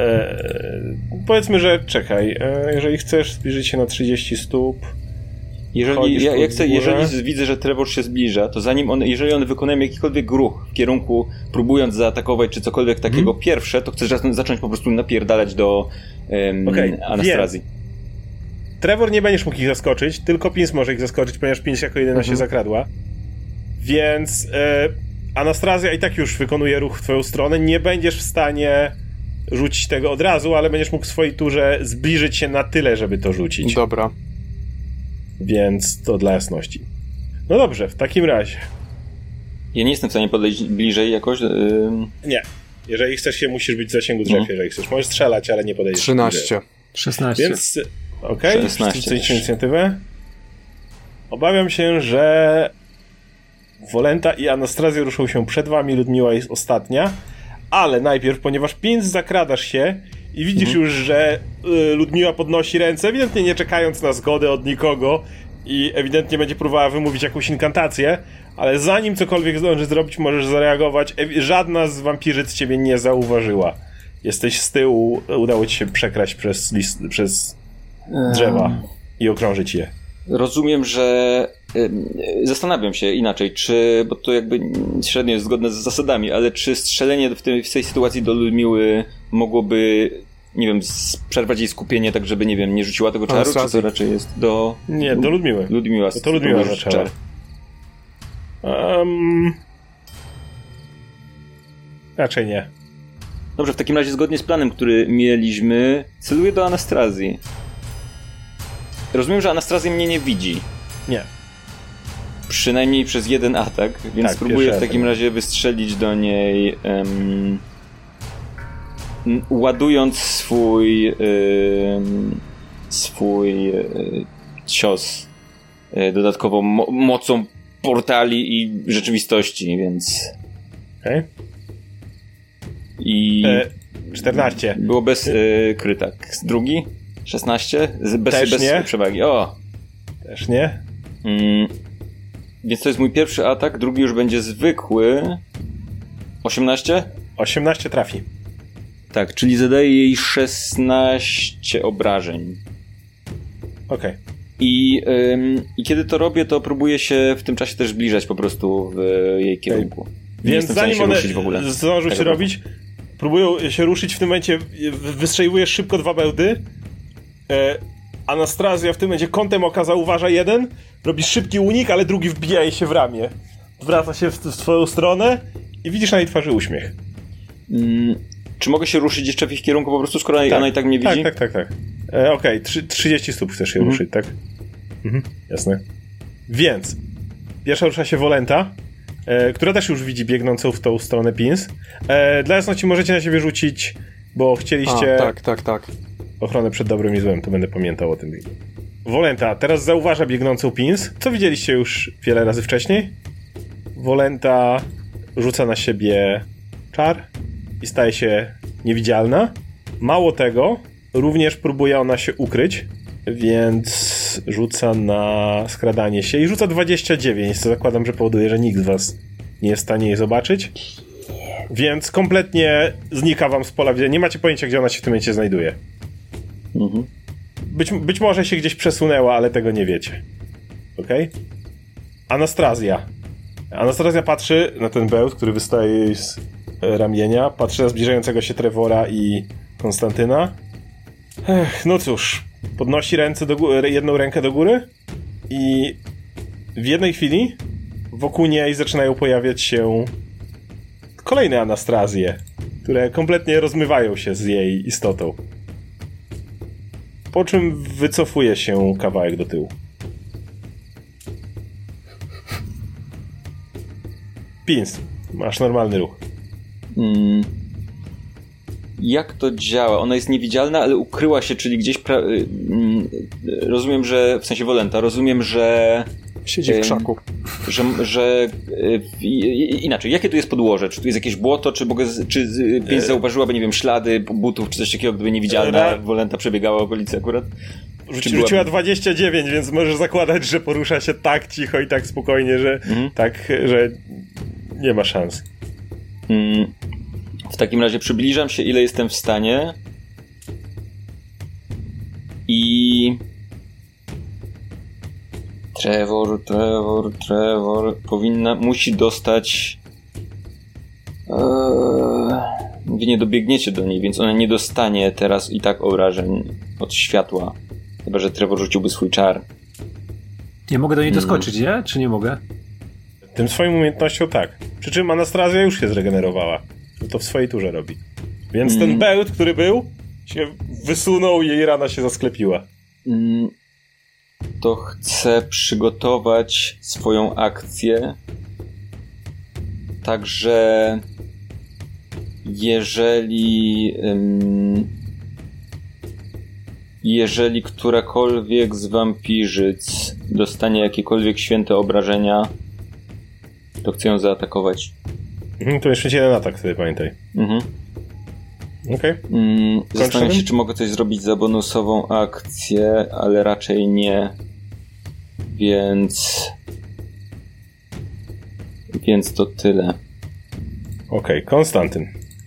Powiedzmy, że czekaj, jeżeli chcesz zbliżyć się na 30 stóp, Jeżeli widzę, że Trevor się zbliża, to jeżeli on wykonuje jakikolwiek ruch w kierunku, próbując zaatakować czy cokolwiek takiego pierwsze, to chcę zacząć po prostu napierdalać do Anastrazji. Trevor nie będziesz mógł ich zaskoczyć, tylko Pins może ich zaskoczyć, ponieważ Pins jako jedyna się zakradła. Więc Anastrazja i tak już wykonuje ruch w twoją stronę. Nie będziesz w stanie rzucić tego od razu, ale będziesz mógł w swojej turze zbliżyć się na tyle, żeby to rzucić. Dobra. Więc to dla jasności. No dobrze, w takim razie. Ja nie jestem w stanie podejść bliżej jakoś? Nie. Jeżeli chcesz się, musisz być w zasięgu drzew, jeżeli chcesz. Możesz strzelać, ale nie podejdziesz. 13. 16. Więc, okej, wszyscy inicjatywę. Obawiam się, że Wolenta i Anastrazja ruszą się przed wami, Ludmiła jest ostatnia, ale najpierw, ponieważ Pins zakradasz się i widzisz już, że Ludmiła podnosi ręce, ewidentnie nie czekając na zgodę od nikogo i ewidentnie będzie próbowała wymówić jakąś inkantację, ale zanim cokolwiek zdąży zrobić, możesz zareagować. Żadna z wampirzyc ciebie nie zauważyła. Jesteś z tyłu, udało ci się przekraść przez drzewa i okrążyć je. Rozumiem, że zastanawiam się inaczej, bo to jakby średnio jest zgodne z zasadami, ale czy strzelenie w tej sytuacji do Ludmiły mogłoby, nie wiem, przerwać jej skupienie tak, żeby, nie wiem, nie rzuciła tego czaru, czy to raczej jest do... Nie, do Ludmiły. To Ludmiła zaczęła. Raczej nie. Dobrze, w takim razie zgodnie z planem, który mieliśmy, celuję do Anastrazji. Rozumiem, że Anastrazja mnie nie widzi. Nie. Przynajmniej przez jeden atak, więc tak, spróbuję w takim razie wystrzelić do niej, ładując swój cios dodatkowo mocą portali i rzeczywistości, więc... Okej. I... 14. Było bez krytak. Drugi? 16? Bez przewagi. O! Też nie. Więc to jest mój pierwszy atak, drugi już będzie zwykły. 18? 18 trafi. Tak, czyli zadaje jej 16 obrażeń. Okej. I kiedy to robię, to próbuję się w tym czasie też zbliżać po prostu w jej kierunku. Nie Więc zanim one zdążą się robić, próbują się ruszyć, w tym momencie wystrzeliwujesz szybko 2 bełty. Anastrazja w tym momencie kątem oka zauważa jeden, robi szybki unik, ale drugi wbija jej się w ramię. Zwraca się w twoją stronę i widzisz na jej twarzy uśmiech. Czy mogę się ruszyć jeszcze w ich kierunku po prostu, skoro ona i tak mnie widzi? Tak. Okej, 30 stóp chcesz się ruszyć, tak? Jasne. Więc pierwsza rusza się Wolenta, która też już widzi biegnącą w tą stronę Pins. Dla jasności możecie na siebie rzucić, bo chcieliście... Tak. Ochronę przed dobrym i złem, to będę pamiętał o tym. Wolenta teraz zauważa biegnącą Pins, co widzieliście już wiele razy wcześniej. Wolenta rzuca na siebie czar i staje się niewidzialna. Mało tego, również próbuje ona się ukryć, więc rzuca na skradanie się i rzuca 29, co zakładam, że powoduje, że nikt z was nie jest w stanie jej zobaczyć. Więc kompletnie znika wam z pola widzenia. Nie macie pojęcia, gdzie ona się w tym momencie znajduje. Być może się gdzieś przesunęła, ale tego nie wiecie. Okej? Anastrazja. Anastrazja patrzy na ten bełt, który wystaje jej z ramienia. Patrzy na zbliżającego się Trevora i Konstantyna. No cóż. Podnosi ręce jedną rękę do góry i w jednej chwili wokół niej zaczynają pojawiać się kolejne Anastrazje, które kompletnie rozmywają się z jej istotą. Po czym wycofuje się kawałek do tyłu. Pins, masz normalny ruch. Jak to działa? Ona jest niewidzialna, ale ukryła się, czyli gdzieś... rozumiem, że... W sensie Wolenta, rozumiem, że... Siedzi w krzaku. Inaczej, jakie tu jest podłoże? Czy tu jest jakieś błoto, czy Pins zauważyłaby, nie wiem, ślady butów, czy coś takiego, gdyby niewidzialna Wolenta przebiegała okolicy akurat? Rzuciła 29, więc możesz zakładać, że porusza się tak cicho i tak spokojnie, że że nie ma szans. W takim razie przybliżam się, ile jestem w stanie Trevor musi dostać... Wy nie dobiegniecie do niej, więc ona nie dostanie teraz i tak obrażeń od światła. Chyba że Trevor rzuciłby swój czar. Nie mogę do niej doskoczyć, nie? Czy nie mogę? Tym swoją umiejętnością tak. Przy czym Anastazja już się zregenerowała. To w swojej turze robi. Więc ten bełt, który był, się wysunął i jej rana się zasklepiła. To chcę przygotować swoją akcję. Także jeżeli którakolwiek z wampirzyc dostanie jakiekolwiek święte obrażenia, to chcę ją zaatakować. To jeszcze jeden atak wtedy, pamiętaj. Okej. Zastanawiam się, czy mogę coś zrobić za bonusową akcję, ale raczej nie. Więc to tyle. Okej, Konstantyn.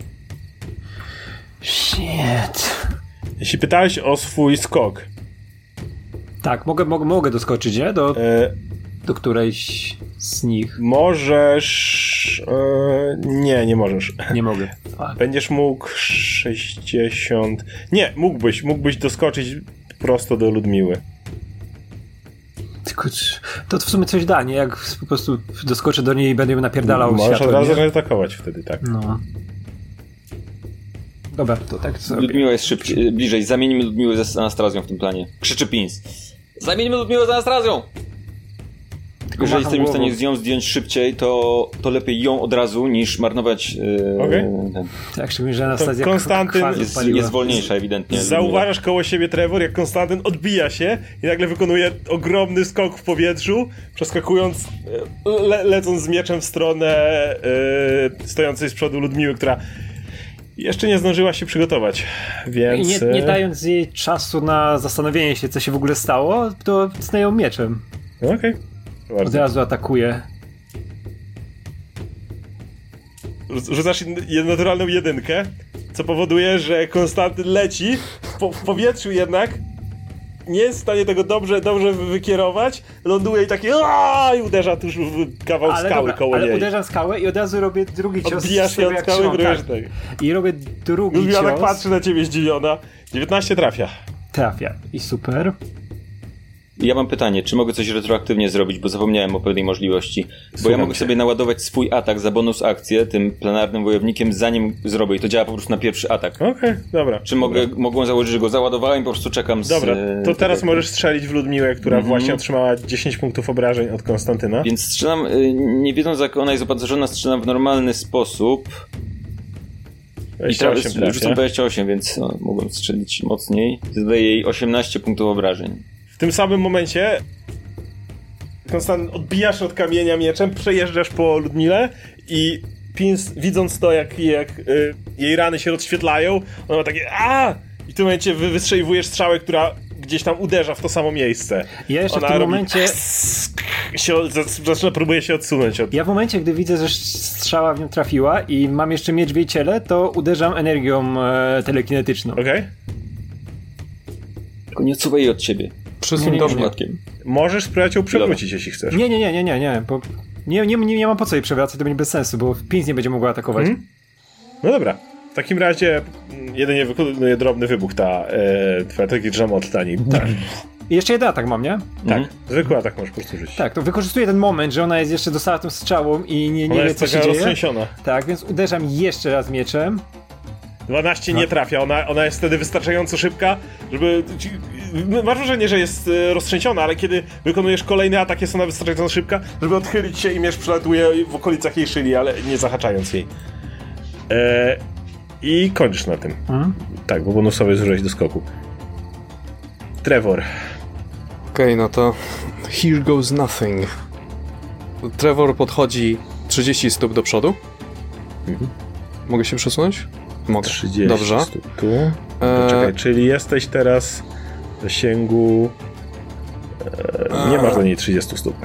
Shit. Jeśli pytałeś o swój skok... Tak, mogę doskoczyć, nie? Do którejś z nich. Możesz... nie możesz. Nie mogę. Będziesz mógł 60... Nie, mógłbyś doskoczyć prosto do Ludmiły. Tylko to w sumie coś da, nie? Jak po prostu doskoczę do niej i będę ją napierdalał możesz światłem. Możesz od razu atakować wtedy, tak. No. Dobra, to tak zrobię. Ludmiła jest szybciej, bliżej. Zamieńmy Ludmiłę z Anastazją w tym planie. Krzyczy Pins. Zamieńmy Ludmiłę z Anastazją! Tylko jeżeli jesteśmy w stanie ją zdjąć szybciej, to lepiej ją od razu, niż marnować... Tak, szczególnie, że Anastazja Konstantyn jest wolniejsza ewidentnie. Zauważasz koło siebie Trevor, jak Konstantyn odbija się i nagle wykonuje ogromny skok w powietrzu, przeskakując, lecąc z mieczem w stronę stojącej z przodu Ludmiły, która jeszcze nie zdążyła się przygotować, więc... Nie dając jej czasu na zastanowienie się, co się w ogóle stało, to tnę ją mieczem. Okej. Od razu atakuje. Rzucasz naturalną jedynkę, co powoduje, że Konstantyn leci w powietrzu jednak, nie jest w stanie tego dobrze wykierować, ląduje i takie i uderza tuż w kawał skały koło niej. Ale uderzam skałę i od razu robię drugi cios. Odbijasz się od skały, tak. I robię drugi cios. Ludmila tak patrzy na ciebie zdziwiona. 19 trafia. Trafia. I super. Ja mam pytanie, czy mogę coś retroaktywnie zrobić, bo zapomniałem o pewnej możliwości. Bo ja mogę sobie naładować swój atak za bonus akcję tym planarnym wojownikiem, zanim zrobię. I to działa po prostu na pierwszy atak. Okej, dobra. Czy mogłem założyć, że go załadowałem i po prostu czekam z... Dobra, to teraz możesz strzelić w Ludmiłę, która właśnie otrzymała 10 punktów obrażeń od Konstantyna. Więc strzelam, nie wiedząc jak ona jest opancerzona, strzelam w normalny sposób. 28 rzucam 28, więc mogłem strzelić mocniej. Zadaję jej 18 punktów obrażeń. W tym samym momencie Konstantyn odbijasz od kamienia mieczem, przejeżdżasz po Ludmilę i Pins, widząc to, jak jej rany się rozświetlają, ona ma takie i w tym momencie wystrzeliwujesz strzałę, która gdzieś tam uderza w to samo miejsce. Ja jeszcze w tym momencie... próbuje się odsunąć od... Ja w momencie, gdy widzę, że strzała w nią trafiła i mam jeszcze miecz w jej ciele, to uderzam energią telekinetyczną. Okej. Tylko nie odsuwaj jej od ciebie. Przesuń do mnie. Możesz spróbować ją przewrócić, jeśli chcesz. Nie, bo nie mam po co jej przewracać, to będzie bez sensu, bo Pins nie będzie mogła atakować. No dobra. W takim razie jedynie wykonuje drobny wybuch ta twoja telekinetyczna motlani. Tak. I jeszcze jeden atak mam, nie? Tak. Zwykły atak możesz po prostu rzucić. Tak, to wykorzystuję ten moment, że ona jest jeszcze dostała tą strzałą i nie wie, co się dzieje. roztrzęsiona. Tak, więc uderzam jeszcze raz mieczem. 12 nie trafia, ona jest wtedy wystarczająco szybka, żeby... Masz wrażenie, że jest roztrzęsiona, ale kiedy wykonujesz kolejny atak, jest ona wystarczająco szybka, żeby odchylić się i miecz przelatuje w okolicach jej szyli, ale nie zahaczając jej. I kończysz na tym. Tak, bo bonusowy zużyłeś do skoku. Trevor. Okej, no to here goes nothing. Trevor podchodzi 30 stóp do przodu. Mogę się przesunąć? Mogę. 30 Dobrze. stóp tu. Czekaj, czyli jesteś teraz w zasięgu... nie masz do niej 30 stóp.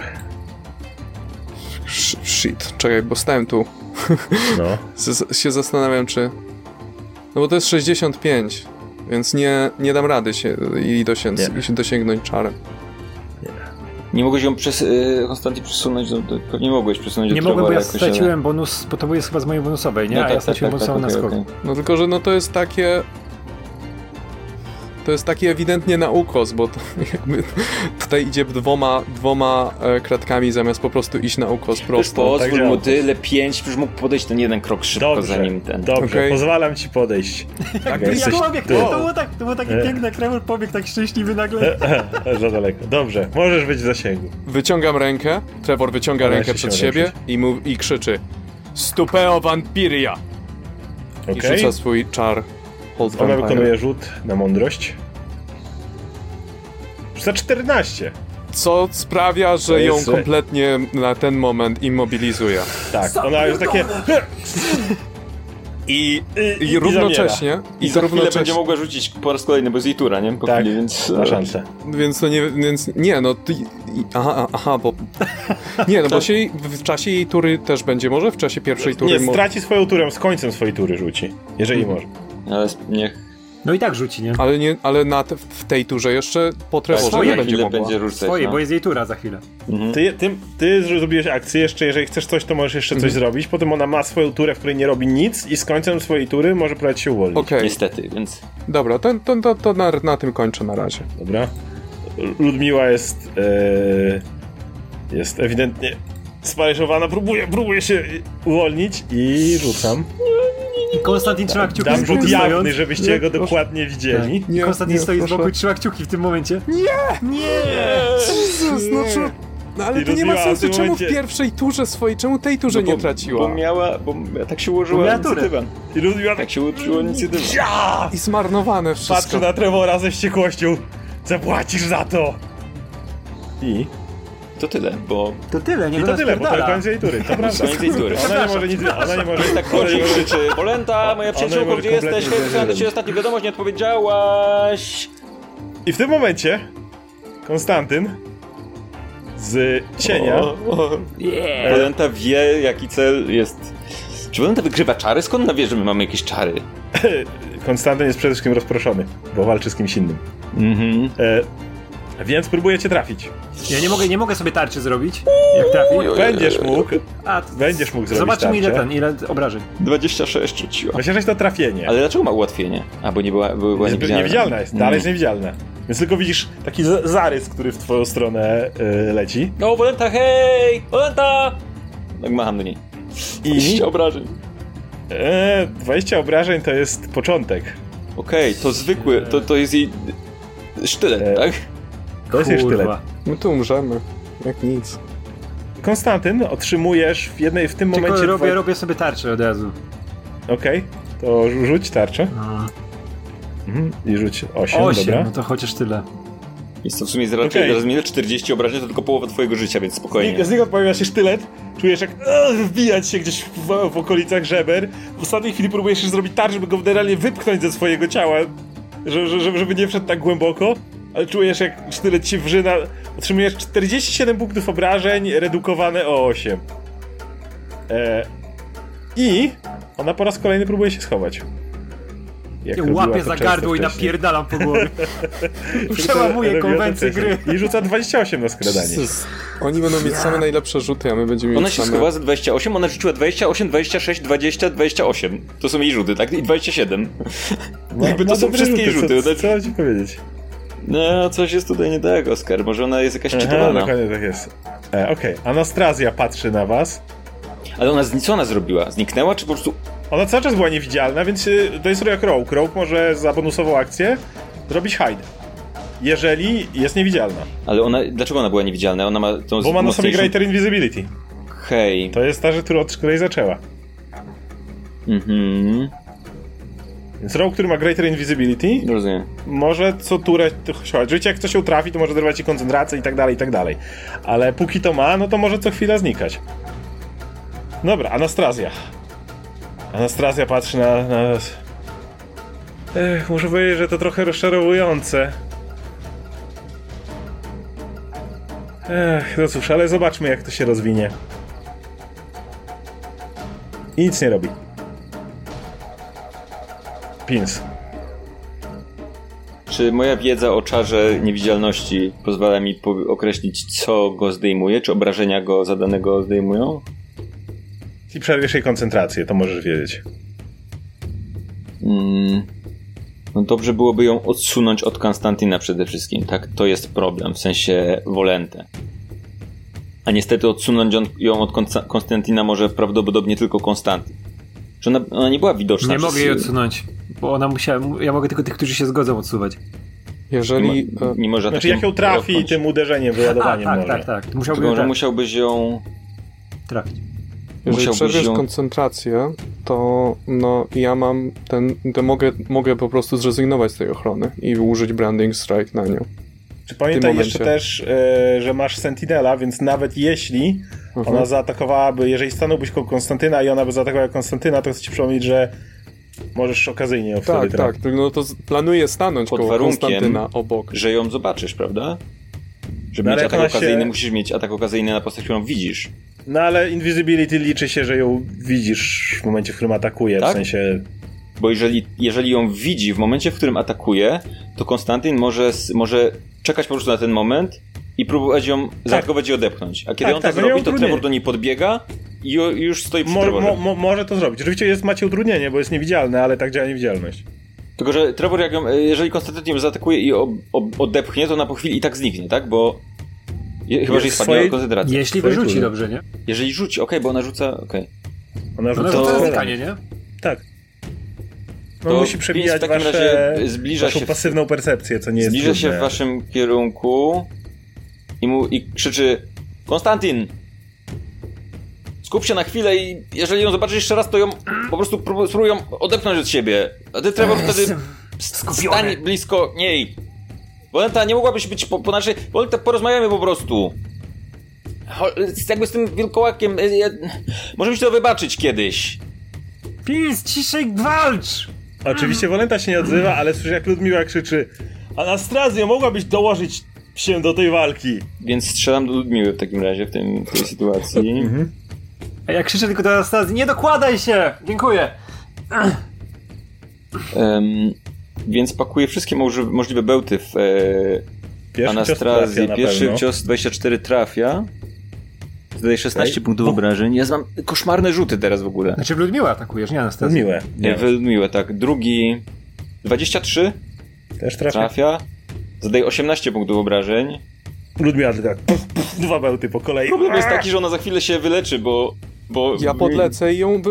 Shit, czekaj, bo stałem tu. No. się zastanawiam, czy... No bo to jest 65, więc nie dam rady się dosięgnąć czarem. Nie. Nie mogłeś ją Konstantin przesunąć, nie mogłeś przesunąć nie do mogłem, bo ja jakoś, straciłem bonus, bo to jest chyba z mojej bonusowej, nie? No a ja straciłem bonusową na skok. Okay. No tylko, że no to jest takie... To jest taki ewidentnie na ukos, bo to jakby tutaj idzie dwoma kratkami zamiast po prostu iść na ukos prosto. Pozwól mu tyle 5, przecież mógł podejść ten jeden krok szybko zanim ten. Dobrze, okay. Pozwalam ci podejść. Tak, to było takie piękne, jak Trevor pobiegł tak szczęśliwy nagle. Za daleko. Dobrze, możesz być w zasięgu. Wyciągam rękę, Trevor wyciąga rękę przed siebie i krzyczy Stupeo Vampiria! I rzuca swój czar. Ona wykonuje rzut na mądrość. Za 14. Co sprawia, że ją kompletnie na ten moment immobilizuje. Tak, ona już takie... I równocześnie... I za chwilę będzie mogła rzucić po raz kolejny, bo jest jej tura, nie? Po tak, chwili, więc... ma szansę. Więc to nie... Więc nie, no... Aha, bo... Nie, no bo się w czasie jej tury też będzie może? W czasie pierwszej tury... Nie, straci swoją turę, z końcem swojej tury rzuci. Jeżeli może. Ale niech... No i tak rzuci, nie? Ale w tej turze jeszcze po Trevorze nie będzie mogła. Będzie rzucać, swoje, bo jest jej tura za chwilę. Ty zrobiłeś akcję jeszcze, jeżeli chcesz coś, to możesz jeszcze coś zrobić, potem ona ma swoją turę, w której nie robi nic i z końcem swojej tury może próbować się uwolnić. Okay. Niestety, więc... Dobra, to na tym kończę na razie. Dobra. Ludmiła jest ewidentnie sparaliżowana, próbuje się uwolnić i rzucam. I Konstantin trzyma kciuki Dam z boku rzut jawny, stojąc. żebyście go dokładnie widzieli. Nie, Konstantin stoi z boku i trzyma kciuki w tym momencie. Nie! Jezus, no ale to nie ma sensu, czemu w pierwszej turze swojej, czemu tej turze nie traciła? Bo tak się ułożyła inicjatywa. I Ludmiła tak się ułożyła inicjatywa. I zmarnowane wszystko. Patrzy na Trevora ze wściekłością. Zapłacisz za to! I? To tyle, bo... To tyle, nie? I to tyle, bo to koniec jej tury, to prawda. Koniec jej tury. Ona nie może nic... Ona nie może... Tak chodzi i krzyczy: Polenta, moja przyjaciółko, gdzie jesteś? Hej, do ciebie ostatnią wiadomość, nie odpowiedziałaś. I w tym momencie Konstantyn z cienia... Polenta wie, jaki cel jest... Czy Polenta wygrywa czary? Skąd ona wie, że my mamy jakieś czary? Konstantyn jest przede wszystkim rozproszony, bo walczy z kimś innym. Więc próbujecie trafić. Ja nie mogę sobie tarczy zrobić, jak trafi. Będziesz mógł zrobić zobaczymy tarczę. ile obrażeń. 26 rzuciła. Myślę, że to trafienie. Ale dlaczego ma ułatwienie? Bo nie była niewidzialna. Niewidzialna jest, dalej jest niewidzialna. Więc tylko widzisz taki zarys, który w twoją stronę leci. No, Polenta, hej! Polenta! Tak macham do niej. 20 obrażeń. 20 obrażeń to jest początek. Okej, to zwykły, to jest jej sztylet, tak? To jest jej sztylet. My tu umrzemy, jak nic. Konstantyn, otrzymujesz w tym momencie... Robię sobie tarczę od razu. Okej, to rzuć tarczę. I rzuć 8, dobra. No to chociaż tyle. Jest to w sumie zaraz minę 40 obrażeń, to tylko połowa twojego życia, więc spokojnie. Z niego pojawia się sztylet, czujesz jak wbijać się gdzieś w okolicach żeber. W ostatniej chwili próbujesz już zrobić tarczę, żeby go generalnie wypchnąć ze swojego ciała, żeby nie wszedł tak głęboko. Ale czujesz jak sztylet ci wrzyna. Otrzymujesz 47 punktów obrażeń, redukowane o 8. I ona po raz kolejny próbuje się schować. Łapię za gardło i napierdalam po głowie. Przełamuję konwencję gry. I rzuca 28 na skradanie. Oni będą mieć same najlepsze rzuty, a my będziemy mieć Ona się schowała za 28, ona rzuciła 28, 26, 20, 28. To są jej rzuty, tak? I 27. Jakby to są wszystkie rzuty. Co mam ci powiedzieć? No, coś jest tutaj nie tak, Oskar. Może ona jest jakaś czytowana. Dokładnie tak jest. Okej. Anastazja patrzy na was. Ale co ona zrobiła? Zniknęła, czy po prostu... Ona cały czas była niewidzialna, więc to jest jak Rogue. Rogue może za bonusową akcję zrobić hide. Jeżeli jest niewidzialna. Ale dlaczego ona była niewidzialna? Ona ma tą... Bo ma na sobie Greater Invisibility. Hej. To jest ta rzecz, od której zaczęła. Więc Rogue, który ma Greater Invisibility, rozumiem, może co turę chodzić. Wiecie, jak coś się trafi, to może zerwać ci koncentrację i tak dalej. Ale póki to ma, no to może co chwila znikać. Dobra, Anastazja. Anastazja patrzy na nas. Muszę powiedzieć, że to trochę rozczarowujące. No cóż, ale zobaczmy, jak to się rozwinie. I nic nie robi. Pins. czy moja wiedza o czarze niewidzialności pozwala mi określić, co go zdejmuje? Czy obrażenia go zadanego zdejmują? Jeśli przerwiesz jej koncentrację, to możesz wiedzieć. No dobrze byłoby ją odsunąć od Konstantina przede wszystkim, tak? To jest problem, w sensie Wolentę. A niestety odsunąć ją od Konstantina może prawdopodobnie tylko Konstantyn. Że ona nie była widoczna. Nie mogę jej odsunąć, bo ona musiała... Ja mogę tylko tych, którzy się zgodzą odsuwać. Jeżeli... Nie może znaczy jak ją trafi tym uderzeniem, wyładowaniem może. Tak. Tylko, że musiałbyś ją... trafić. Jeżeli przerwiesz koncentrację, to ja mam mogę po prostu zrezygnować z tej ochrony i użyć Branding Strike na nią. Czy pamiętaj jeszcze też, że masz Sentinela, więc nawet jeśli ona zaatakowałaby, jeżeli stanąłbyś koło Konstantyna i ona by zaatakowała Konstantyna, to chcę ci przypomnieć, że możesz okazyjnie ją wtedy trafić. Tak, no to planuję stanąć pod koło warunkiem, Konstantyna obok. Że ją zobaczysz, prawda? Żeby mieć atak okazyjny, musisz mieć atak okazyjny na postać, którą widzisz. No ale Invisibility liczy się, że ją widzisz w momencie, w którym atakuje, tak? W sensie... Bo jeżeli ją widzi w momencie, w którym atakuje, to Konstantyn może czekać po prostu na ten moment i próbować ją zaatakować i odepchnąć. A kiedy on to zrobi, to Trevor do niej podbiega i już stoi przy Trevorze. Może to zrobić. Oczywiście macie utrudnienie, bo jest niewidzialny, ale tak działa niewidzialność. Tylko, że Trevor, jeżeli Konstantyn ją zaatakuje i odepchnie, to ona po chwili i tak zniknie, tak? Bo chyba, że jej spadnie od koncentracji. Jeśli wyrzuci dobrze, nie? Jeżeli rzuci, bo ona rzuca, Ona rzuca znikanie, nie? Tak. No musi przebijać w takim razie zbliża się pasywną percepcję, co nie jest zbliża się w waszym kierunku i krzyczy: Konstantyn! Skup się na chwilę i jeżeli ją zobaczysz jeszcze raz, to ją po prostu spróbuj ją odepchnąć od siebie. A ty, Trevor, wtedy stań blisko niej. Wolenta, nie mogłabyś być po naszej... Wolenta, porozmawiamy po prostu. Jakby z tym wilkołakiem... Może mi się to wybaczyć kiedyś. Pis, ciszej, walcz! Oczywiście Wolenta się nie odzywa, ale słyszę, jak Ludmiła krzyczy: Anastazjo, mogłabyś dołożyć się do tej walki. Więc strzelam do Ludmiły w takim razie w tej sytuacji. A ja krzyczę tylko do Anastazji: nie dokładaj się! Dziękuję. Więc pakuję wszystkie możliwe bełty w Anastazji. Pierwszy cios 24 trafia. Zadaje 16 punktów obrażeń. Ja mam koszmarne rzuty teraz w ogóle. Znaczy w Ludmiłę atakujesz, nie Anastazję. Ludmiłę, tak. Drugi 23 też trafia. Zadaje 18 punktów obrażeń. Ludmiła tak. 2 bełty po kolei. Problem jest taki, że ona za chwilę się wyleczy, bo ja podlecę i ją...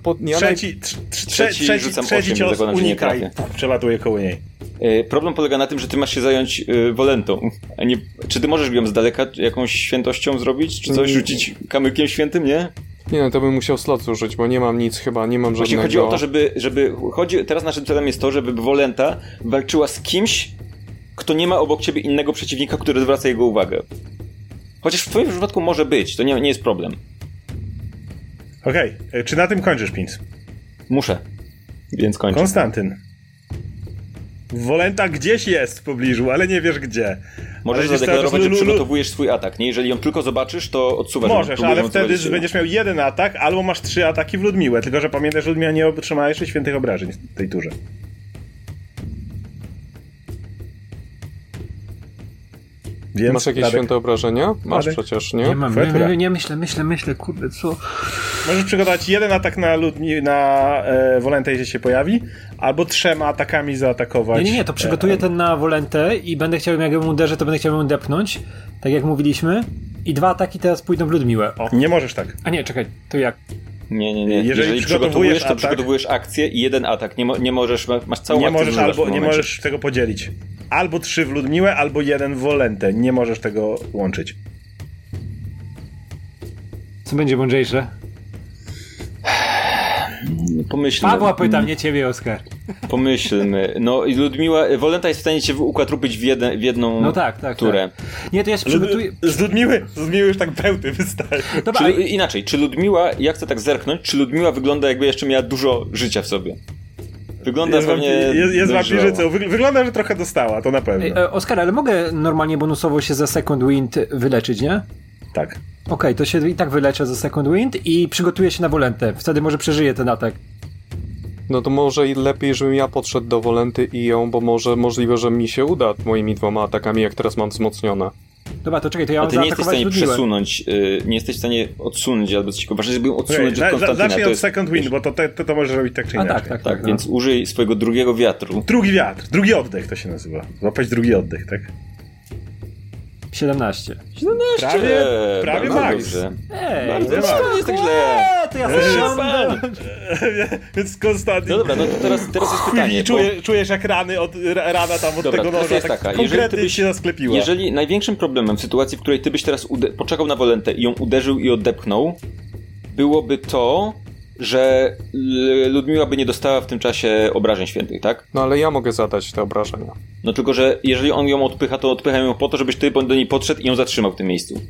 Trzeci cios unika i przelatuje koło niej. Problem polega na tym, że ty masz się zająć Wolentą. A nie, czy ty możesz ją z daleka jakąś świętością zrobić? Czy coś rzucić kamykiem świętym, nie? Nie, no to bym musiał slot zużyć, bo nie mam nic chyba, nie mam żadnego... Właśnie chodzi o to, teraz naszym celem jest to, żeby Wolenta walczyła z kimś, kto nie ma obok ciebie innego przeciwnika, który zwraca jego uwagę. Chociaż w twoim przypadku może być, to nie jest problem. Okej, czy na tym kończysz, Pins? Muszę, więc kończę. Konstantyn. Wolenta gdzieś jest w pobliżu, ale nie wiesz gdzie. Możesz zadeklarować, że przygotowujesz swój atak, nie? Jeżeli ją tylko zobaczysz, to odsuwasz. Możesz, ale wtedy będziesz miał jeden atak, albo masz 3 ataki w Ludmiłę. Tylko, że pamiętaj, że Ludmiła nie otrzymała jeszcze świętych obrażeń w tej turze. Więc, masz jakieś święte obrażenia? Masz przecież, nie? Nie mam, myślę, kurde, co? Możesz przygotować jeden atak na Wolentę, jeśli się pojawi, albo 3 atakami zaatakować. Nie, to przygotuję ten na Wolentę i będę chciał, jak ją uderzę, to będę chciał ją depnąć, tak jak mówiliśmy, i 2 ataki teraz pójdą w Ludmiłę. Nie możesz tak. A nie, czekaj, to jak? Nie. Jeżeli przygotowujesz, to przygotowujesz akcję i jeden atak. Nie możesz, masz całą akcję. Nie możesz tego podzielić. Albo 3 w Ludmiłę, albo 1 w Wolentę. Nie możesz tego łączyć. Co będzie mądrzejsze? Pomyślmy. Pawła pytam, nie ciebie, Oskar. Pomyślmy. No i Wolenta jest w stanie cię ukatrupić w jedną turę. Tak. Nie, to ja się przygotuję. Z Ludmiły już tak bełty wystaje. Inaczej, czy Ludmiła, ja chcę tak zerknąć, czy Ludmiła wygląda, jakby jeszcze miała dużo życia w sobie? Wygląda pewnie... Jest wampirzycą. Wygląda, że trochę dostała, to na pewno. Oskar, ale mogę normalnie bonusowo się za Second Wind wyleczyć, nie? Tak. Okej, to się i tak wyleczę za Second Wind i przygotuję się na Wolentę. Wtedy może przeżyję ten atak. No to może i lepiej, żebym ja podszedł do Wolenty i ją, bo możliwe, że mi się uda moimi 2 atakami, jak teraz mam wzmocnione. Dobra, to czekaj, to ja mam ty nie jesteś w stanie Ludmiłę. przesunąć, nie jesteś w stanie odsunąć albo coś takiego. Ważne, żeby ją odsunąć od Konstantyna. Zacznij od Second Wind, bo to możesz robić tak czy inaczej. Tak, więc użyj swojego drugiego wiatru. Drugi wiatr, drugi oddech to się nazywa. Złapać drugi oddech, tak? 17. Prawie max. Bardzo to nie jest tak źle. To ja zasiądę. Więc Konstantyn... No dobra, no to teraz jest pytanie. Czujesz jak rana tam od tego noża jest taka. Konkretnie się zasklepiła. Jeżeli największym problemem w sytuacji, w której ty byś teraz poczekał na Wolentę i ją uderzył i odepchnął, byłoby to, że Ludmiła by nie dostała w tym czasie obrażeń świętych, tak? No ale ja mogę zadać te obrażenia. No tylko, że jeżeli on ją odpycha, to odpycha ją po to, żebyś ty do niej podszedł i ją zatrzymał w tym miejscu.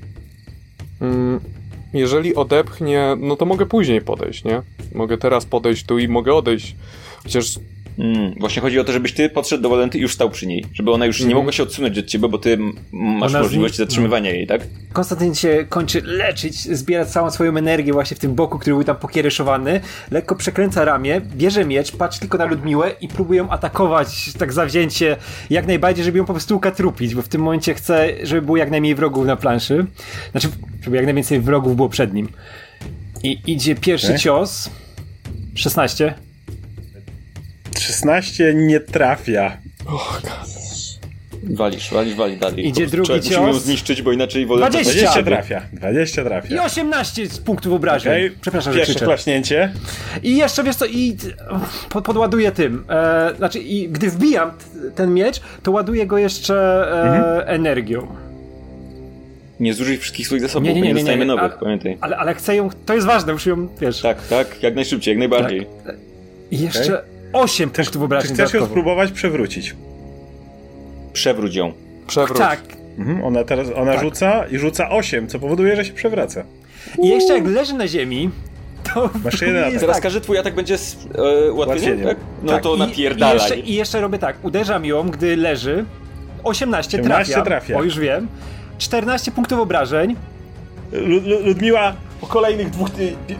Jeżeli odepchnie, no to mogę później podejść, nie? Mogę teraz podejść tu i mogę odejść. Chociaż... Właśnie chodzi o to, żebyś ty podszedł do Walenty i już stał przy niej. Żeby ona już nie mogła się odsunąć od ciebie, bo ty masz możliwość zatrzymywania jej, tak? Konstantyn się kończy leczyć, zbiera całą swoją energię właśnie w tym boku, który był tam pokieryszowany, lekko przekręca ramię, bierze miecz, patrzy tylko na Ludmiłę i próbuje ją atakować tak zawzięcie jak najbardziej, żeby ją po prostu ukatrupić, bo w tym momencie chce, żeby było jak najmniej wrogów na planszy. Znaczy, żeby jak najwięcej wrogów było przed nim. I idzie pierwszy cios. 16. 16 nie trafia. Walisz dalej. Idzie drugi cios. Musimy ją zniszczyć, bo inaczej wolę... 20 trafia. 20 trafia. I 18 z punktów obrażeń. Okay. Przepraszam, że pierwsze krzyczę. klaśnięcie. I jeszcze, wiesz co, podładuję tym. Znaczy, i gdy wbijam ten miecz, to ładuję go jeszcze energią. Nie zużyj wszystkich swoich zasobów, nie dostajemy nowych, pamiętaj. Ale chcę ją, to jest ważne, muszę ją, wiesz... Tak, jak najszybciej, jak najbardziej. Tak. I jeszcze 8 punktów obrażeń. Czy chcesz ją spróbować przewrócić? Przewróć ją. Tak. Ona rzuca 8, co powoduje, że się przewraca. I jeszcze jak leży na ziemi, to... Masz jeden atak. Teraz każdy twój atak będzie ułatwieniem, tak? No tak. to napierdalaj. I jeszcze robię tak, uderzam ją, gdy leży, 18 trafia. O, już wiem. 14 punktów obrażeń. Ludmiła po kolejnych dwóch...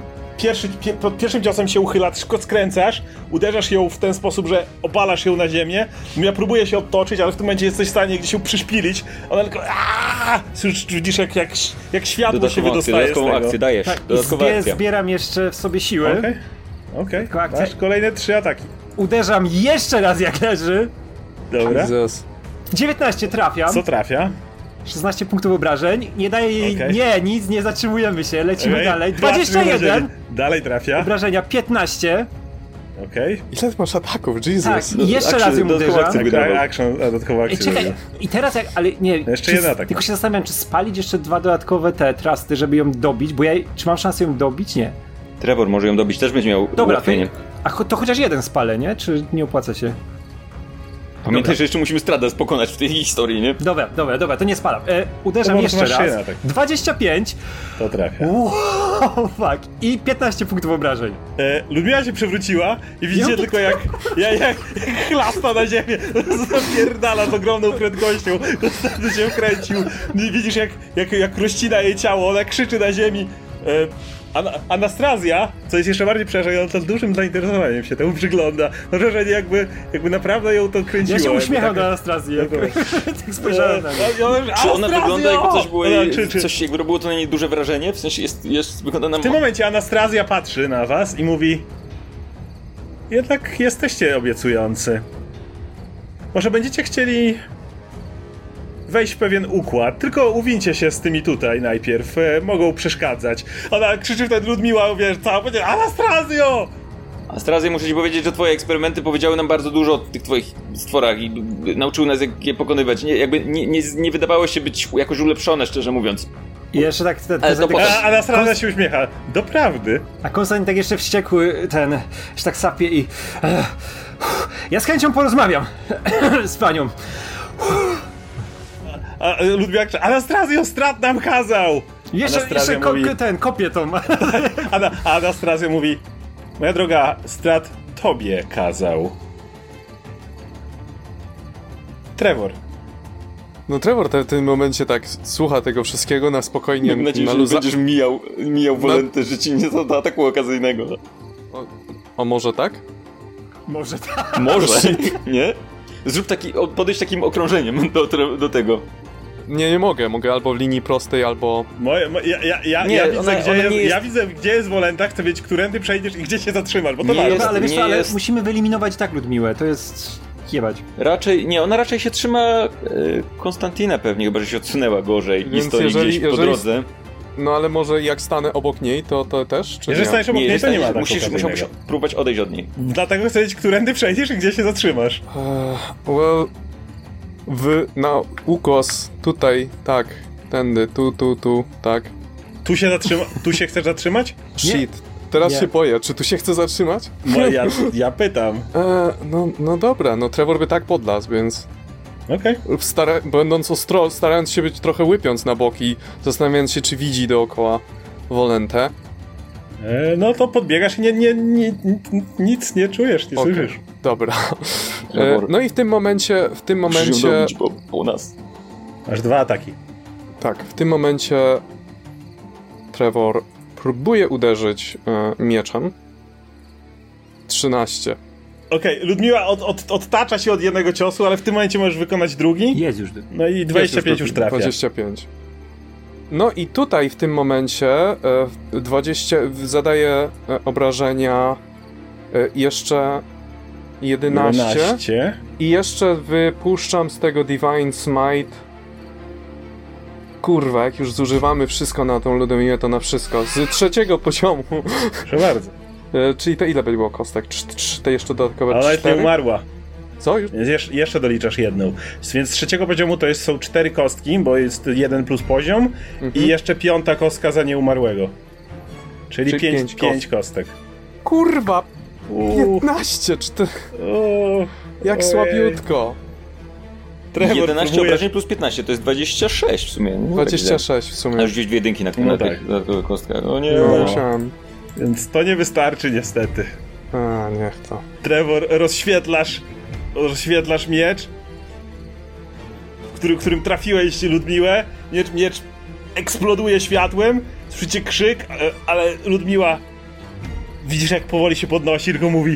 Pod pierwszym ciosem się uchyla, szybko skręcasz, uderzasz ją w ten sposób, że opalasz ją na ziemię. Ja próbuję się odtoczyć, ale w tym momencie jesteś w stanie gdzieś się przyszpilić. Ona tylko widzisz jak światło się wydostaje dodatkową akcję dajesz. Tak, zbieram jeszcze w sobie siły. Okej. Masz kolejne 3 ataki. Uderzam jeszcze raz jak leży. Dobra. 19 trafiam. Co trafia? 16 punktów obrażeń. Nie daje jej... nic, nie zatrzymujemy się, lecimy dalej. 21! Dalej trafia. Obrażenia 15. Ile masz ataków? Jesus. Tak, i jeszcze raz ją uderzam. Dodatkowa akcja. Czekaj, i teraz jak... Ale nie, jeszcze jeden atak. Tylko się zastanawiam, czy spalić jeszcze 2 dodatkowe te trusty, żeby ją dobić, bo czy mam szansę ją dobić? Nie. Trevor może ją dobić, też będzie miał ułatwienie. To chociaż jeden spalę, nie? Czy nie opłaca się? Pamiętaj, że jeszcze musimy Stradas pokonać w tej historii, nie? Dobra, to nie spalam. Uderzam jeszcze raz. 25. To trafia. Wow, fuck. I 15 punktów obrażeń. Ludmiła się przewróciła i widzicie tylko jak chlasta na ziemię, zapierdala z ogromną prędkością, Konstanty się wkręcił. I widzisz jak rozcina jej ciało, ona krzyczy na ziemi. Anastazja, co jest jeszcze bardziej przerażające, z dużym zainteresowaniem się temu przygląda. Mam wrażenie, jakby naprawdę ją to kręciło. Ja się uśmiecham do Anastazji, tak spojrzałem na nią. Czy ona wygląda, jakby coś było coś, jakby robiło to na niej duże wrażenie? W sensie wygląda na... W tym momencie Anastazja patrzy na was i mówi: jednak jesteście obiecujący. Może będziecie chcieli wejść w pewien układ, tylko uwincie się z tymi tutaj najpierw, mogą przeszkadzać. Ona krzyczy wtedy Ludmiła, wiesz, cała powiedziała: Anastazjo! Anastazja, muszę ci powiedzieć, że twoje eksperymenty powiedziały nam bardzo dużo o tych twoich stworach i nauczyły nas, jak je pokonywać. Nie wydawało się być jakoś ulepszone, szczerze mówiąc. I jeszcze tak... Anastazja się uśmiecha. Doprawdy. A Konstantin tak jeszcze wściekły, że tak sapie i... ja z chęcią porozmawiam z panią. A Ludwia krzyczy: Anastazjo, Strat nam kazał! Jeszcze kopię tą. Anastazja mówi: moja droga, Strat tobie kazał. Trevor. No Trevor w tym momencie tak słucha tego wszystkiego na spokojnie. Mam nadzieję, że będziesz mijał Wolentę, że ci nie zada ataku okazyjnego. O może tak? Może tak. Może, nie? Zrób podejść takim okrążeniem do tego. Nie mogę albo w linii prostej, albo... Ja widzę, gdzie jest Wolenta, chcę wiedzieć, którędy przejdziesz i gdzie się zatrzymasz, bo to ważne. Ale wiesz co, ale musimy wyeliminować tak Ludmiłę, to jest... jebać. Ona raczej się trzyma Konstantina pewnie, chyba że się odsunęła gorzej. Więc i stoi gdzieś po drodze. No ale może jak stanę obok niej, to też? Czy jeżeli staniesz obok niej, to nie ma tak. Musisz próbować odejść od niej. Dlatego chcę wiedzieć, którędy przejdziesz i gdzie się zatrzymasz. Na ukos, tutaj, tak, tędy, tu, tak. Tu się chcesz zatrzymać? Shit. Teraz się boję, czy tu się chce zatrzymać? Ja pytam. No dobra, no Trevor by tak podlazł, więc... Okej. Będąc starając się być trochę łypiąc na boki, zastanawiając się, czy widzi dookoła Wolentę. No to podbiegasz i nic nie czujesz, nie słyszysz. Dobra. No i w tym momencie... Robić, bo u nas. Masz 2 ataki. Tak, w tym momencie Trevor próbuje uderzyć mieczem. 13. Okej, Ludmiła odtacza się od jednego ciosu, ale w tym momencie możesz wykonać drugi. Jest już. No i 25 już trafia. 25. No i tutaj w tym momencie 20 zadaje obrażenia jeszcze 11. I jeszcze wypuszczam z tego Divine Smite. Kurwa, jak już zużywamy wszystko na tą Ludomiłę, to na wszystko. Z 3. poziomu. Proszę bardzo. Czyli to ile było kostek? Te jeszcze dodatkowe 4? Ale nawet nie umarła. Co? Już? Jeszcze doliczasz jedną. Więc z 3. poziomu to są 4 kostki, bo jest 1 plus poziom i jeszcze 5. kostka za nieumarłego. Czyli 5 kostek. Kurwa! 15! Jak słabiutko. 11 obrażeń plus 15, to jest 26 w sumie. 26 w sumie. A już gdzieś 2 jedynki na kostkę. No nie. Musiałem. Więc to nie wystarczy niestety. Niech to. Trevor, rozświetlasz miecz, którym trafiłeś Ludmiłę. Miecz eksploduje światłem, słyszycie krzyk, ale Ludmiła widzisz, jak powoli się podnosi, tylko mówi: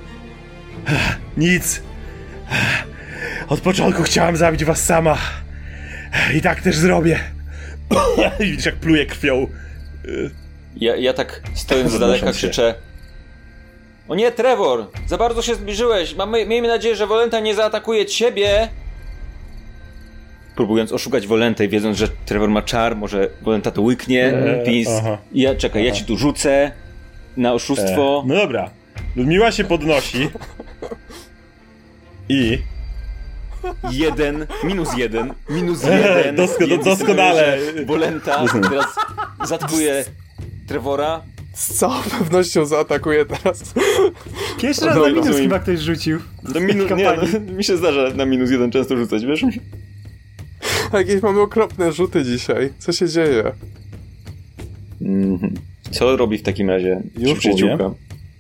nic. Od początku chciałam zabić was sama. I tak też zrobię. I widzisz, jak pluje krwią. Ja tak stojąc z daleka krzyczę: o nie, Trevor! Za bardzo się zbliżyłeś! Miejmy nadzieję, że Wolenta nie zaatakuje ciebie! Próbując oszukać Wolentę i wiedząc, że Trevor ma czar, może Wolenta to łyknie. Ja ci tu rzucę na oszustwo. No dobra. Ludmiła się podnosi i... minus jeden. Doskonale. Wolenta teraz zaatakuje Trevora. Z całą pewnością zaatakuje teraz. Pierwszy raz na minus chyba ktoś rzucił. Mi się zdarza na -1 często rzucać, wiesz? Jakieś mamy okropne rzuty dzisiaj. Co się dzieje? Co robi w takim razie? Już przyjaciółka.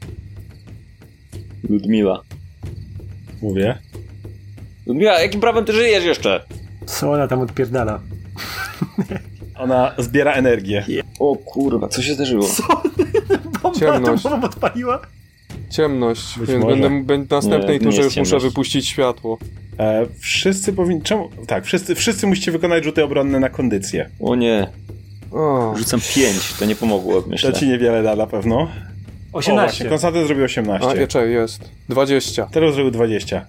Ludmiła. Mówię. Ludmiła, jakim prawem ty żyjesz jeszcze? Co ona tam odpierdala? Ona zbiera energię. O kurwa, co się zdarzyło? Co? Ciemność. Bomba odpaliła? Ciemność, więc będę następnej turze już muszę wypuścić światło. Wszyscy powinni... Czemu? Tak, wszyscy musicie wykonać rzuty obronne na kondycję. O nie. Rzucam 5, to nie pomogło, myślę. To ci niewiele da na pewno. 18. Konstantyn zrobił 18. Jest. 20. Teraz zrobił 20.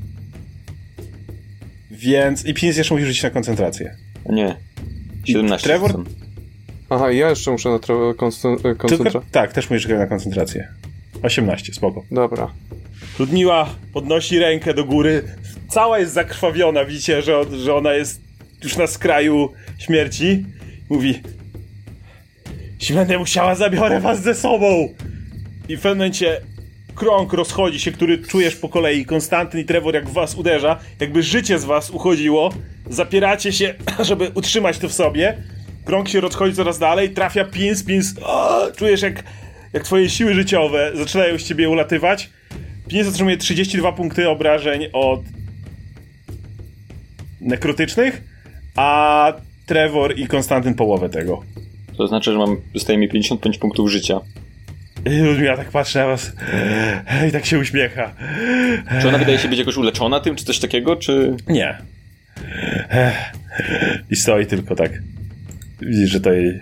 Więc... I 5 jeszcze musisz rzucić na koncentrację. O nie. 17. Trevor? Aha, i ja jeszcze muszę na koncentrację. Tak, też musisz grać na koncentrację. 18, spoko. Dobra. Ludmiła podnosi rękę do góry. Cała jest zakrwawiona. Widzicie, że ona jest już na skraju śmierci. Mówi: jeśli będę musiała, zabiorę was ze sobą. I w pewnym momencie krąg rozchodzi się, który czujesz po kolei. Konstantyn i Trevor, jak w was uderza, jakby życie z was uchodziło. Zapieracie się, żeby utrzymać to w sobie. Krąg się rozchodzi coraz dalej. Trafia Pins. Czujesz, jak twoje siły życiowe zaczynają z ciebie ulatywać. Pins otrzymuje 32 punkty obrażeń od nekrotycznych, a Trevor i Konstantyn połowę tego. To znaczy, że dostaje mi 55 punktów życia. Ludmila tak patrzy na was i tak się uśmiecha. Czy ona wydaje się być jakoś uleczona tym, czy coś takiego, czy... Nie. I stoi tylko tak. Widzisz, że to jej...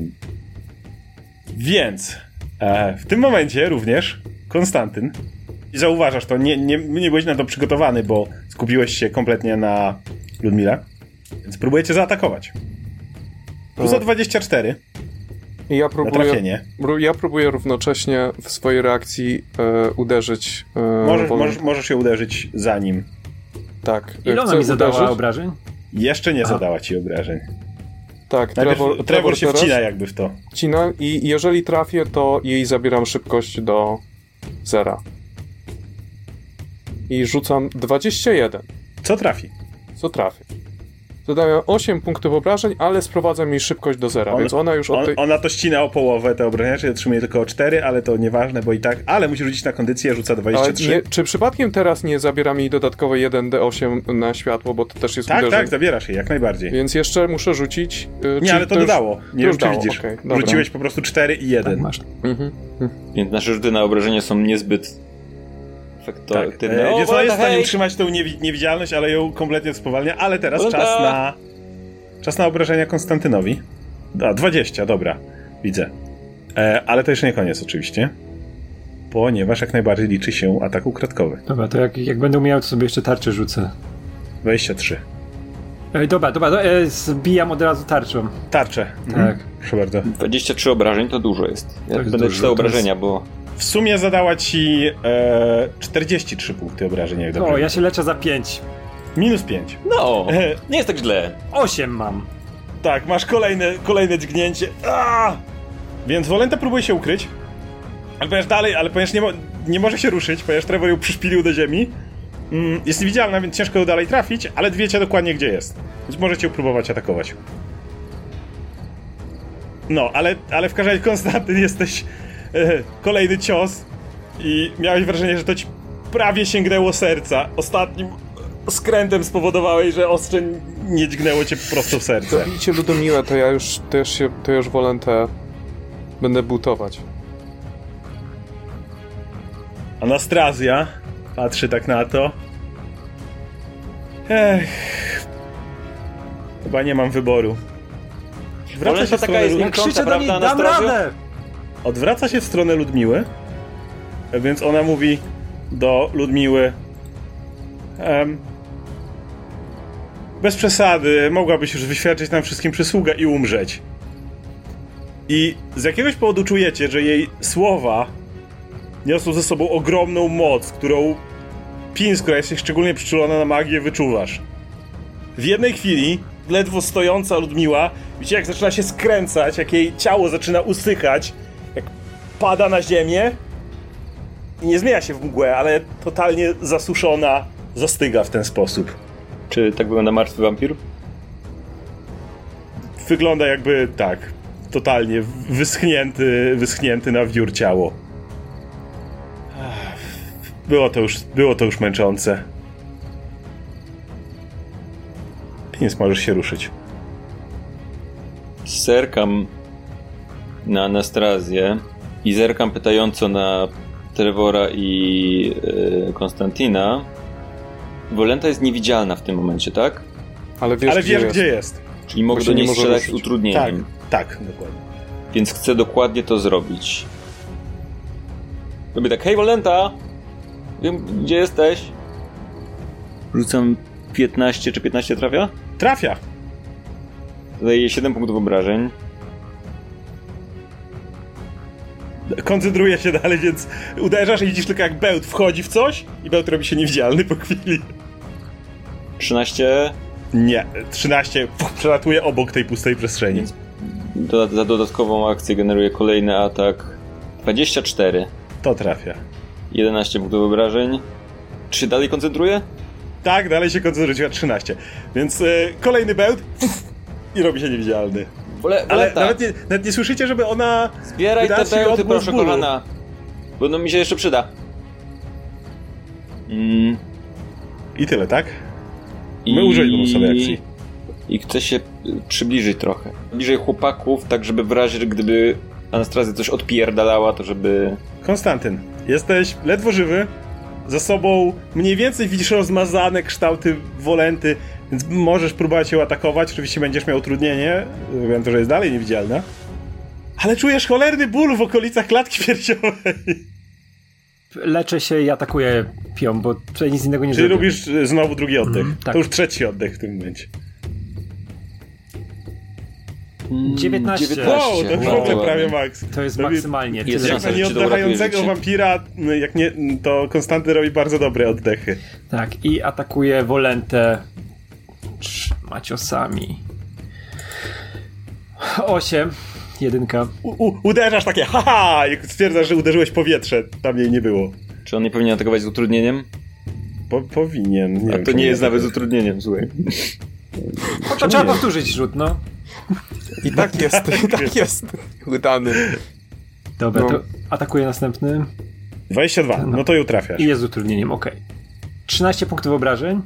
Więc w tym momencie również Konstantyn, i zauważasz to, nie byłeś na to przygotowany, bo skupiłeś się kompletnie na Ludmile, więc próbujecie zaatakować. Plus za 24 na trafienie. Ja próbuję równocześnie w swojej reakcji uderzyć. Możesz ją uderzyć za nim. Tak. Ile ona mi zadała obrażeń? Jeszcze nie zadała ci obrażeń. Tak, Trevor się wcina jakby w to. Wcina i jeżeli trafię, to jej zabieram szybkość do 0. I rzucam 21. Co trafi? Co trafi? Zadaję 8 punktów obrażeń, ale sprowadzam jej szybkość do 0, więc ona już Ona to ścina o połowę te obrażenia, czyli otrzymuje tylko o 4, ale to nieważne, bo i tak... Ale musi rzucić na kondycję, rzuca 23. Czy przypadkiem teraz nie zabieram jej dodatkowe 1d8 na światło, bo to też jest uderzenie? Tak, zabierasz jej, jak najbardziej. Więc jeszcze muszę rzucić... nie, ale to dodało. Nie wiem, czy widzisz. Okay, rzuciłeś po prostu 4 i 1. Tak, masz. Więc nasze rzuty na obrażenia są niezbyt... Tak. Więc ona jest w stanie utrzymać tą niewidzialność, ale ją kompletnie spowalnia. Ale teraz czas na obrażenia Konstantynowi. 20, dobra. Widzę. Ale to jeszcze nie koniec oczywiście. Ponieważ jak najbardziej liczy się atak ukradkowy. Dobra, to jak będę umiał, to sobie jeszcze tarczę rzucę. 23. Dobra, zbijam od razu tarczą. Tarczę. Tak. Proszę bardzo. 23 obrażeń to dużo jest. Ja jest będę dużo, czytał obrażenia, bo... W sumie zadała ci 43 punkty obrażeń, jak dobrze. O, ja się leczę za 5. Minus 5. No, nie jest tak źle. 8 mam. Tak, masz kolejne dźgnięcie. Więc Wolenta próbuje się ukryć. Ale ponieważ nie może się ruszyć, ponieważ Trevor ją przyszpilił do ziemi. Jest niewidzialna, więc ciężko ją dalej trafić, ale wiecie dokładnie, gdzie jest. Więc możecie ją próbować atakować. No, ale w każdym razie, Konstantyn, jesteś... kolejny cios i miałeś wrażenie, że to ci prawie sięgnęło serca. Ostatnim skrętem spowodowałeś, że ostrze nie dźgnęło cię prosto w serce. Zabijcie Ludomiłę, to ja już Wolentę będę butować. Anastrazja patrzy tak na to. Chyba nie mam wyboru. Wolenta taka jest męcząca, prawda, dam radę! Odwraca się w stronę Ludmiły, więc ona mówi do Ludmiły: bez przesady, mogłabyś już wyświadczyć nam wszystkim przysługę i umrzeć. I z jakiegoś powodu czujecie, że jej słowa niosą ze sobą ogromną moc, którą Pins, która jest szczególnie przyczulona na magię, wyczuwasz. W jednej chwili ledwo stojąca Ludmiła, widzicie, jak zaczyna się skręcać, jak jej ciało zaczyna usychać, jak pada na ziemię i nie zmienia się w mgłę, ale totalnie zasuszona zastyga w ten sposób. Czy tak wygląda martwy wampir? Wygląda jakby tak, totalnie wyschnięty na wiór ciało. Było to już męczące. Więc możesz się ruszyć. Zerkam na Anastrazję i zerkam pytająco na Trevora i Konstantina. Wolenta jest niewidzialna w tym momencie, tak? Ale wiesz gdzie jest. Czyli mogę do niej strzelać z utrudnieniem. Tak, dokładnie. Więc chcę dokładnie to zrobić. Robię tak: hej Wolenta! Wiem, gdzie jesteś? Rzucam 15, czy 15 trafia? Trafia! Zadaję 7 punktów obrażeń. Koncentruje się dalej, więc uderzasz i widzisz tylko, jak bełt wchodzi w coś i bełt robi się niewidzialny po chwili. 13. Nie, 13 przelatuje obok tej pustej przestrzeni. Za dodatkową akcję generuje kolejny atak. 24. To trafia. 11 punktów obrażeń. Czy się dalej koncentruje? Tak, dalej się koncentruje, 13. Więc kolejny bełt i robi się niewidzialny. Ale nawet nie słyszycie, żeby ona... Zbieraj te bełty, proszę kochana. Bo no mi się jeszcze przyda. I tyle, tak? My użyjemy sobie akcji. I chcę się przybliżyć trochę. Bliżej chłopaków, tak żeby w razie, gdyby Anastazja coś odpierdalała, to żeby... Konstantyn, jesteś ledwo żywy, za sobą mniej więcej widzisz rozmazane kształty Wolenty, więc możesz próbować ją atakować, oczywiście będziesz miał utrudnienie, wiem to, że jest dalej niewidzialna, ale czujesz cholerny ból w okolicach klatki piersiowej. Leczę się i atakuję pią, bo tutaj nic innego nie Czyli zrobię. lubisz znowu drugi oddech. Tak. To już trzeci oddech w tym momencie. 19. Wow, to w ogóle Wow. prawie maks. To jest Robi- maksymalnie. Jest Tyle. Jak szansa, na że ci to nieoddechającego uratuje wampira, jak nie, to Konstanty robi bardzo dobre oddechy. Tak, i atakuję Wolentę 3 ciosami. 8. 1. Uderzasz takie, haha, i stwierdzasz, że uderzyłeś powietrze, tam jej nie było. Czy on nie powinien atakować z utrudnieniem? Powinien. Nie A wiem, to czy nie jest nawet z utrudnieniem, słuchaj. No to trzeba powtórzyć rzut, no. I tak jest. Udany. Dobra, No. to atakuję następny. 22, no to ją trafiasz. I jest z utrudnieniem, okej. 13 punktów obrażeń.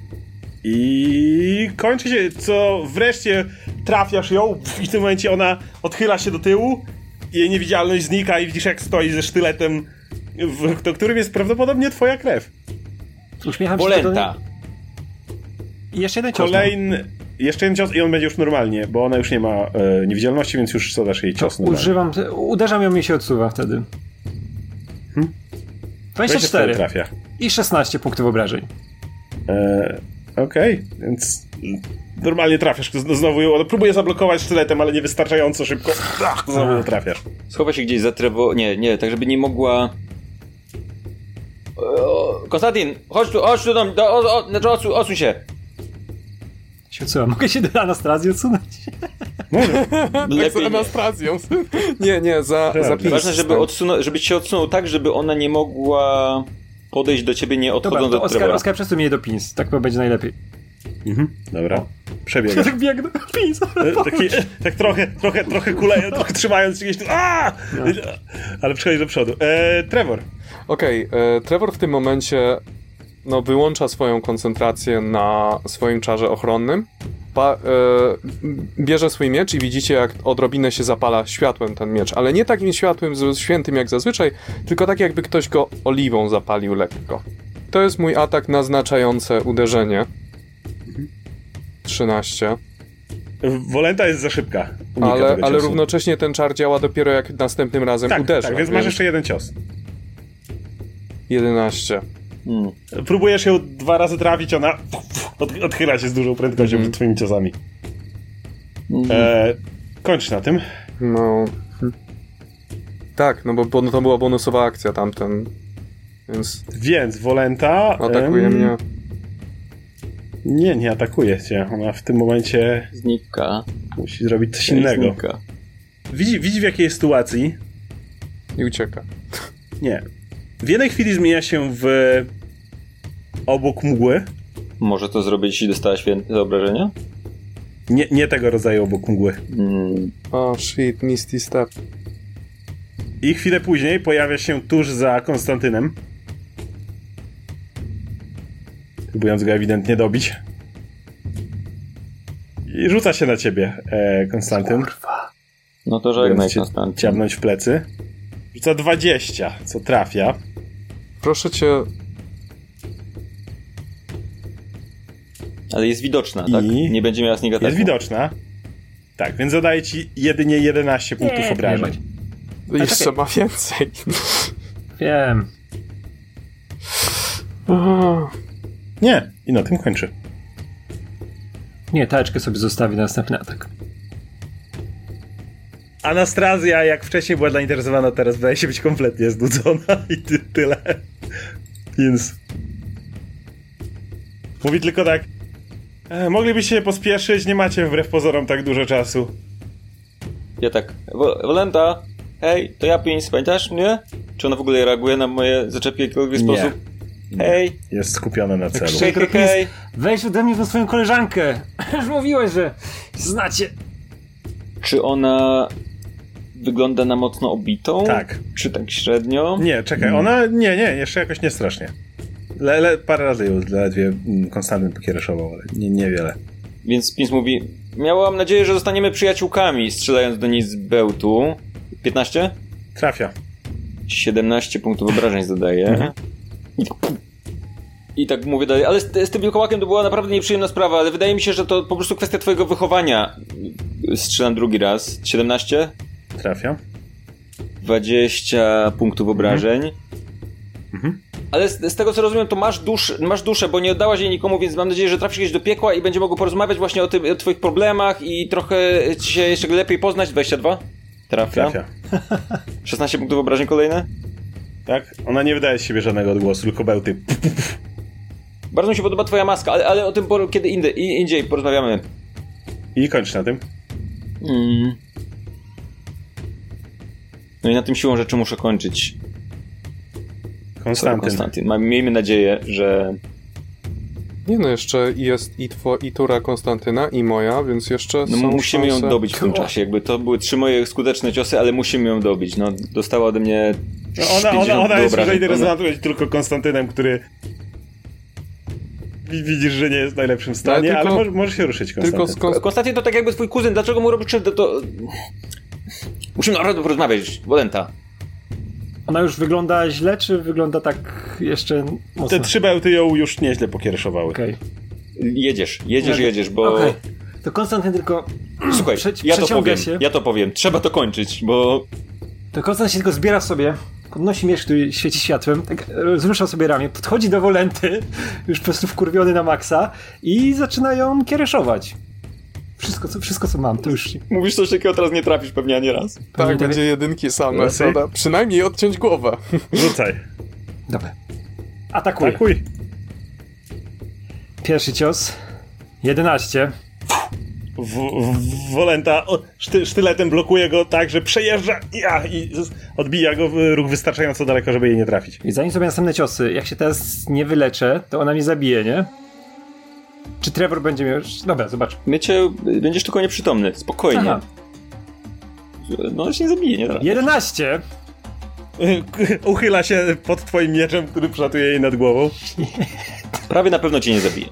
I kończy się, co wreszcie trafiasz ją i w tym momencie ona odchyla się do tyłu, jej niewidzialność znika i widzisz, jak stoi ze sztyletem, w którym jest prawdopodobnie twoja krew. Uśmiecham się. Polenta. I jeszcze jeden cios. Jeszcze jeden cios i on będzie już normalnie, bo ona już nie ma niewidzialności, więc już zadasz jej cios normalnie. Uderzam ją i się odsuwa wtedy. 24. trafia. I 16 punktów obrażeń. Okej, więc normalnie trafiasz. Znowu ją próbuję zablokować sztyletem, ale niewystarczająco szybko. Znowu ją trafiasz. Schowa się gdzieś za trewo... Nie, tak żeby nie mogła... Konstantin, chodź tu do mnie, odsuń się. Się odsuwam. Mogę się do Anastazji odsunąć? Lepiej Z Anastazją. Nie, za Ważne, Ważne, żebyś się odsunął tak, żeby ona nie mogła podejść do ciebie, nie odchodząc Dobra, to od Trevora. Oskar przesuń mnie do pins. Tak będzie najlepiej. Dobra, przebiegasz. Tak biegnę. Pins. Tak trochę kuleję, trochę trzymając się gdzieś tu. Ale przychodzi do przodu. Trevor. Okej, Trevor w tym momencie wyłącza swoją koncentrację na swoim czarze ochronnym. Bierze swój miecz i widzicie, jak odrobinę się zapala światłem ten miecz, ale nie takim światłem świętym jak zazwyczaj, tylko tak jakby ktoś go oliwą zapalił lekko. To jest mój atak naznaczające uderzenie. 13. Wolenta jest za szybka. Unika tego Ale ciosu. równocześnie ten czar działa dopiero jak następnym razem uderza. Tak, więc masz jeszcze jeden cios. 11. Próbujesz ją 2 razy trafić, ona odchyla się z dużą prędkością przed twoimi ciosami. Kończ na tym. No. Tak, no bo to była bonusowa akcja tamten. Więc Wolenta... Atakuje mnie. Nie atakuje cię. Ona w tym momencie Znika. musi zrobić coś innego. Znika. Widzi w jakiej sytuacji. I ucieka. Nie. W jednej chwili zmienia się w obłok mgły. Może to zrobić, jeśli dostała święte obrażenia? Nie tego rodzaju obłok mgły. O, shit, Misty Step. I chwilę później pojawia się tuż za Konstantynem. Próbując go ewidentnie dobić. I rzuca się na ciebie, Konstantyn. No to żegnaj, Konstantin. Ciabnąć w plecy. Rzuca 20, co trafia. Proszę cię... Ale jest widoczna, tak? Nie będzie miała sneak attacku. Jest widoczna. Tak, więc zadaje ci jedynie 11 punktów obrażeń. Jeszcze ma więcej. Wiem. Nie, i na tym kończy. Nie, taczkę sobie zostawi na następny atak. Anastazja, jak wcześniej była zainteresowana, teraz wydaje się być kompletnie znudzona i tyle. Więc... Mówi tylko tak. Moglibyście się pospieszyć, nie macie wbrew pozorom tak dużo czasu. Ja tak, Wolenta, hej, to ja Pins, pamiętasz mnie? Czy ona w ogóle reaguje na moje zaczepki w jakikolwiek sposób? Hej. Jest skupiona na celu. Hej. Weź ode mnie tą swoją koleżankę. Już mówiłeś, że znacie. Czy ona wygląda na mocno obitą? Tak. Czy tak średnio? Nie, czekaj, ona... Nie, jeszcze jakoś nie strasznie. Parę razy ją ledwie Konstantyn pokiereszował, ale niewiele. Więc Pins mówi, miałam nadzieję, że zostaniemy przyjaciółkami, strzelając do niej z bełtu. 15? Trafia. 17 punktów obrażeń zadaję. I tak mówię dalej, ale z tym wilkołakiem to była naprawdę nieprzyjemna sprawa, ale wydaje mi się, że to po prostu kwestia twojego wychowania. Strzelam drugi raz. 17? Trafia. 20 punktów obrażeń. Ale z tego co rozumiem, to masz duszę, bo nie oddałaś jej nikomu, więc mam nadzieję, że trafisz gdzieś do piekła i będzie mogło porozmawiać właśnie o twoich problemach i trochę ci się jeszcze lepiej poznać. 22? Trafia. 16 punktów obrażeń kolejne? Tak? Ona nie wydaje z siebie żadnego odgłosu, tylko bełty. Bardzo mi się podoba twoja maska, ale o tym kiedy indziej porozmawiamy. I kończ na tym. No i na tym siłą rzeczy muszę kończyć. Konstantyn. Miejmy nadzieję, że... Nie no, jeszcze jest i tura Konstantyna, i moja, więc jeszcze no są musimy szanse... ją dobić w tym czasie. Jakby to były 3 moje skuteczne ciosy, ale musimy ją dobić. No, dostała ode mnie... Ona jest zainteresowana tylko Konstantynem, który... Widzisz, że nie jest w najlepszym stanie, ale może się ruszyć, Konstantyn. Konstantyn to tak jakby twój kuzyn, dlaczego mu robisz krzywdę, to... Musimy naprawdę porozmawiać, Wolenta. Ona już wygląda źle, czy wygląda tak jeszcze mocno? Te 3 bełty ją już nieźle pokiereszowały. Okej. Jedziesz, bo... Okej. To Konstantyn tylko... Słuchaj, ja to powiem. Trzeba to kończyć, bo... To Konstantyn się tylko zbiera w sobie, podnosi miecz, który świeci światłem, tak rozrusza sobie ramię, podchodzi do Wolenty, już po prostu wkurwiony na maksa i zaczyna ją kiereszować. Wszystko co mam, to już... Mówisz coś takiego, teraz nie trafisz pewnie ani raz. Tak, będzie jedynki same. Przynajmniej odciąć głowę. Rzucaj. Dobra. Atakuj. Pierwszy cios. 11. Wolenta sztyletem blokuje go tak, że przejeżdża i odbija go w ruch wystarczająco daleko, żeby jej nie trafić. I zanim sobie następne ciosy, jak się teraz nie wyleczę, to ona mnie zabije, nie? Czy Trevor będzie miał... Dobra, zobacz. Będziesz tylko nieprzytomny, spokojnie. Aha. No on się nie zabije, nie? 11! Uchyla się pod twoim mieczem, który przelatuje jej nad głową. Prawie na pewno cię nie zabije.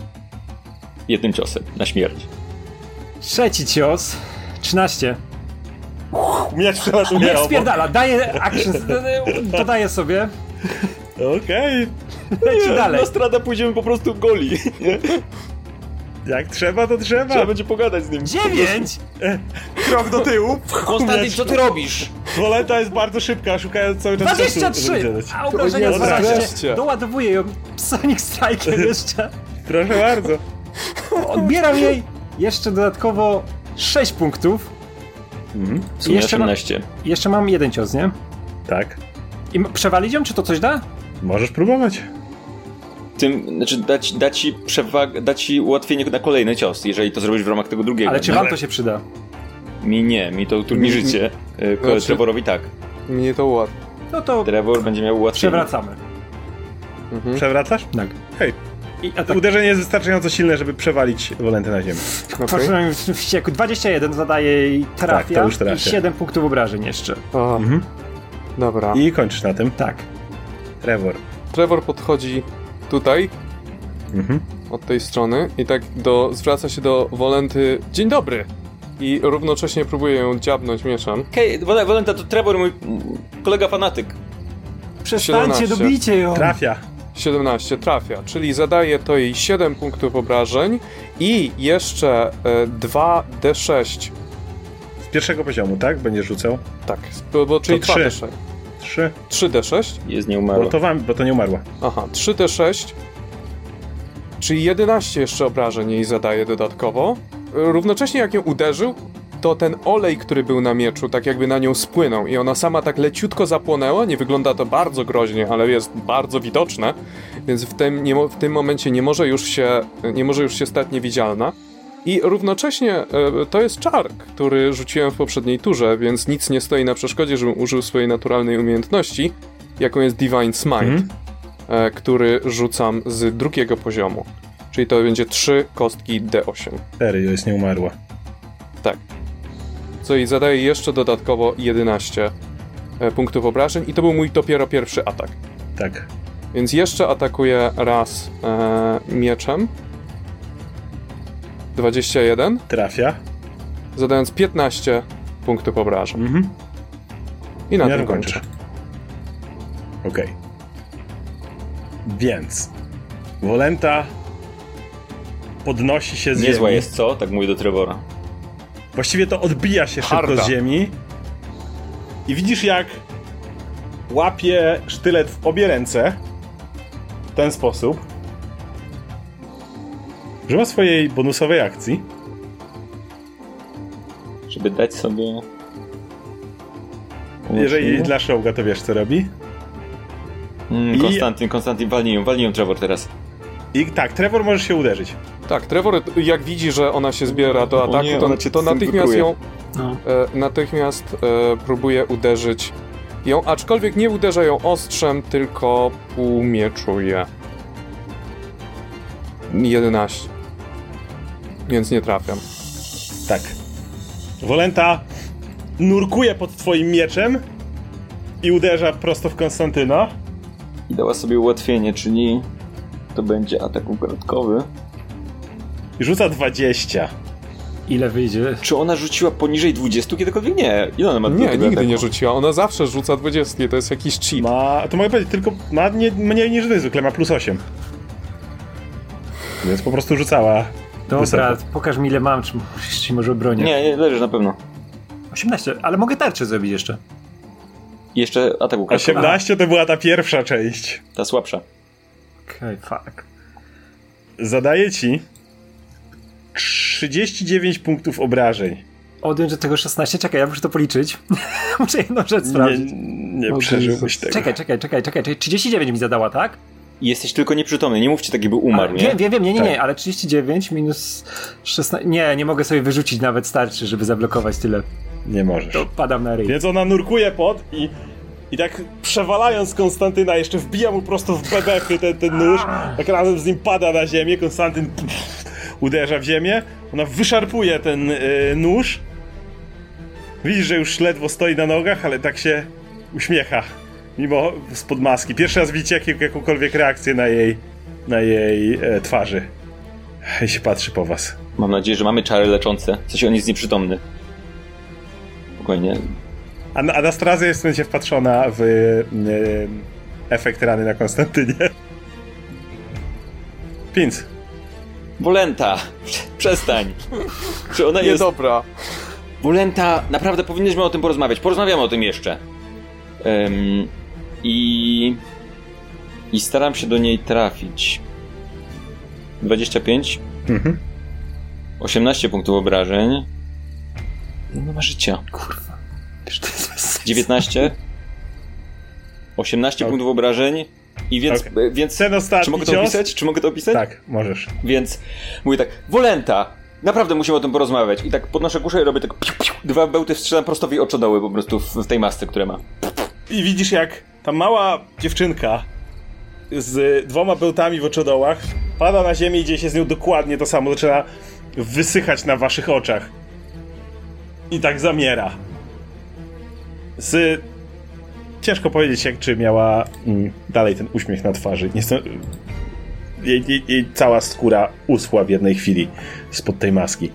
Jednym ciosem, na śmierć. Trzeci cios. 13. Miecz przelatuje obok. Nie spierdala, daję action, dodaję sobie. Okej. Leci dalej. Na strada pójdziemy po prostu goli. Nie? Jak trzeba, to trzeba. Trzeba będzie pogadać z nim. 9! Krok do tyłu. Konstantyn, co ty robisz? Wolenta jest bardzo szybka, szukając cały czas 23! A obrażenia 12. Doładowuję ją Sonic Strike'em jeszcze. Proszę bardzo. Odbieram jej jeszcze dodatkowo 6 punktów. W sumie 18. Jeszcze mam jeden cios, nie? Tak. I przewalić ją, czy to coś da? Możesz próbować. Znaczy dać ci ułatwienie na kolejny cios, jeżeli to zrobisz w ramach tego drugiego. Ale czy wam to się przyda? Mi to utrudni życie. Trevorowi tak. Mnie to ułatwi. No to Trevor będzie miał ułatwienie. Przewracamy. Przewracasz? Tak. Hej. Uderzenie jest wystarczająco silne, żeby przewalić Wolentę na ziemię. Okay. W wścieku 21 zadaje i trafia, i 7 punktów obrażeń jeszcze. Dobra. I kończysz na tym? Tak. Trevor podchodzi tutaj, od tej strony i tak zwraca się do Wolenty. Dzień dobry! I równocześnie próbuje ją dziabnąć mieczem. Hej, Wolenta, to Trevor, mój kolega fanatyk. Przestańcie, dobijcie ją! Trafia. 17 trafia, czyli zadaje to jej 7 punktów obrażeń i jeszcze 2d6. Z pierwszego poziomu, tak? Będziesz rzucał? Tak, czyli 2d6. 3d6? Jest nie umarła. Bo to nie umarła. Aha, 3d6. Czyli 11 jeszcze obrażeń jej zadaje dodatkowo. Równocześnie jak ją uderzył, to ten olej, który był na mieczu, tak jakby na nią spłynął i ona sama tak leciutko zapłonęła. Nie wygląda to bardzo groźnie, ale jest bardzo widoczne, więc w tym momencie nie może już się stać niewidzialna. I równocześnie to jest czar, który rzuciłem w poprzedniej turze, więc nic nie stoi na przeszkodzie, żebym użył swojej naturalnej umiejętności, jaką jest Divine Smite, który rzucam z drugiego poziomu. Czyli to będzie 3 kostki D8. Serio, jest nieumarła. Tak. Co i zadaje jeszcze dodatkowo 11 punktów obrażeń i to był mój dopiero pierwszy atak. Tak. Więc jeszcze atakuję raz mieczem. 21. Trafia. Zadając 15 punktów obrażeń. I na tym kończę. Okej. Więc Wolenta podnosi się z Niezła ziemi. jest, co? Tak mówię do Trevora. Właściwie to odbija się szybko Harda. z ziemi i widzisz, jak łapie sztylet w obie ręce w ten sposób. Używa swojej bonusowej akcji. Żeby dać sobie... Jeżeli dla Shouga, to wiesz, co robi. Konstantin, walnij ją Trevor teraz. I tak, Trevor, możesz się uderzyć. Tak, Trevor jak widzi, że ona się zbiera do ataku, nie, ona cię to z tym natychmiast wypruje. ją No. natychmiast próbuje uderzyć ją, aczkolwiek nie uderza ją ostrzem, tylko półmieczuje. 11. Więc nie trafiam. Tak. Wolenta nurkuje pod twoim mieczem i uderza prosto w Konstantyna. I dała sobie ułatwienie, czyli to będzie atak ukradkowy. I rzuca 20. Ile wyjdzie? Czy ona rzuciła poniżej 20 kiedykolwiek? Nie. Ile ona ma do Nie, tego nigdy ataku? nie rzuciła. Ona zawsze rzuca 20, to jest jakiś cheat. To mogę powiedzieć, tylko ma mniej niż zwykle, ma plus 8. Więc po prostu rzucała. Dobra, wysoko. pokaż mi ile mam, czy może obronię. Nie, leżysz na pewno. 18, ale mogę tarczę zrobić jeszcze. I jeszcze atak ukradkowy. 18 to była ta pierwsza część. Ta słabsza. Okej, fuck. Zadaje ci 39 punktów obrażeń. Odjąć od tego 16, czekaj, ja muszę to policzyć. Muszę jedną rzecz sprawdzić. Nie przeżyłbyś tego. Czekaj, 39 mi zadała, tak? I jesteś tylko nieprzytomny, nie mówcie tak, jakby umarł, nie? Wiem, nie, Tak. ale 39 minus 16... Nie mogę sobie wyrzucić nawet starczy, żeby zablokować tyle. Nie możesz. To padam na ryj. Więc ona nurkuje pod i tak przewalając Konstantyna jeszcze wbija mu prosto w bebechy ten nóż. Tak razem z nim pada na ziemię. Konstantyn uderza w ziemię. Ona wyszarpuje ten nóż. Widzisz, że już ledwo stoi na nogach, ale tak się uśmiecha. Mimo spod maski. Pierwszy raz widzicie jakąkolwiek reakcję na jej twarzy. I się patrzy po was. Mam nadzieję, że mamy czary leczące. W sensie on jest nieprzytomny. Spokojnie. Anastazja jest w momencie wpatrzona w efekt rany na Konstantynie. Pinc. Wolenta! Przestań! Czy ona jest... Niedobra. Wolenta, naprawdę powinniśmy o tym porozmawiać. Porozmawiamy o tym jeszcze. I staram się do niej trafić. 25. 18 punktów obrażeń. No ma życia. Kurwa. Wiesz, to jest bez sensu. 19. 18 punktów obrażeń. I więc... Okay. więc Ten ostatni czy mogę to cios? opisać? Czy mogę to opisać? Tak, możesz. Więc mówię tak, Wolenta, naprawdę musimy o tym porozmawiać. I tak podnoszę kuszę i robię tak piu, piu, 2 bełty strzelam prosto w jej oczodoły po prostu w tej masce, które ma. I widzisz, jak ta mała dziewczynka z 2 bełtami w oczodołach pada na ziemię i dzieje się z nią dokładnie to samo. Zaczyna wysychać na waszych oczach. I tak zamiera. Ciężko powiedzieć, czy miała dalej ten uśmiech na twarzy. Jej cała skóra uschła w jednej chwili spod tej maski.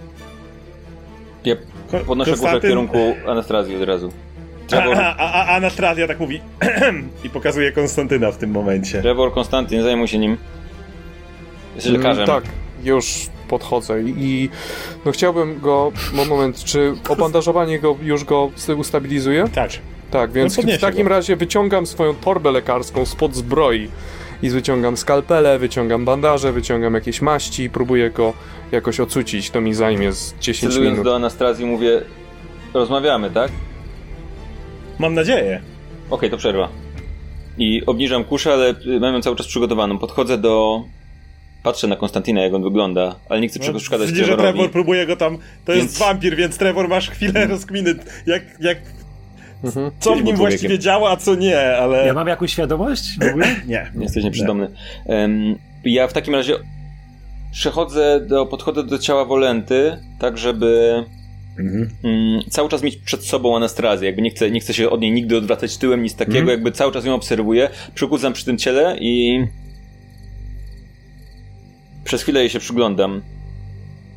Ja podnoszę kuszę w kierunku Anastazji od razu. A Anastazja tak mówi i pokazuje Konstantyna w tym momencie. Trevor, Konstantyn, zajmuj się nim. Jesteś lekarzem. Tak, już podchodzę i no chciałbym go, moment, czy obandażowanie go już go ustabilizuje? Tak. Tak, więc w takim razie wyciągam swoją torbę lekarską spod zbroi i wyciągam skalpele, wyciągam bandaże, wyciągam jakieś maści i próbuję go jakoś ocucić. To mi zajmie z 10 Celując minut. do Anastazji mówię, rozmawiamy, tak? Mam nadzieję. Okej, to przerwa. I obniżam kuszę, ale mam ją cały czas przygotowaną. Podchodzę patrzę na Konstantina, jak on wygląda, ale nie chcę przeszkadzać Widzisz, że Trevorowi. Trevor próbuje go tam... To jest wampir, więc Trevor, masz chwilę rozkminy, jak co w nim właściwie działa, a co nie, ale... Ja mam jakąś świadomość w ogóle? Nie. Jesteś nieprzytomny. Ja w takim razie podchodzę do ciała Wolenty, tak żeby cały czas mieć przed sobą Anastazję. Jakby nie chcę się od niej nigdy odwracać tyłem, nic takiego, jakby cały czas ją obserwuję. Przykucam przy tym ciele i przez chwilę jej się przyglądam.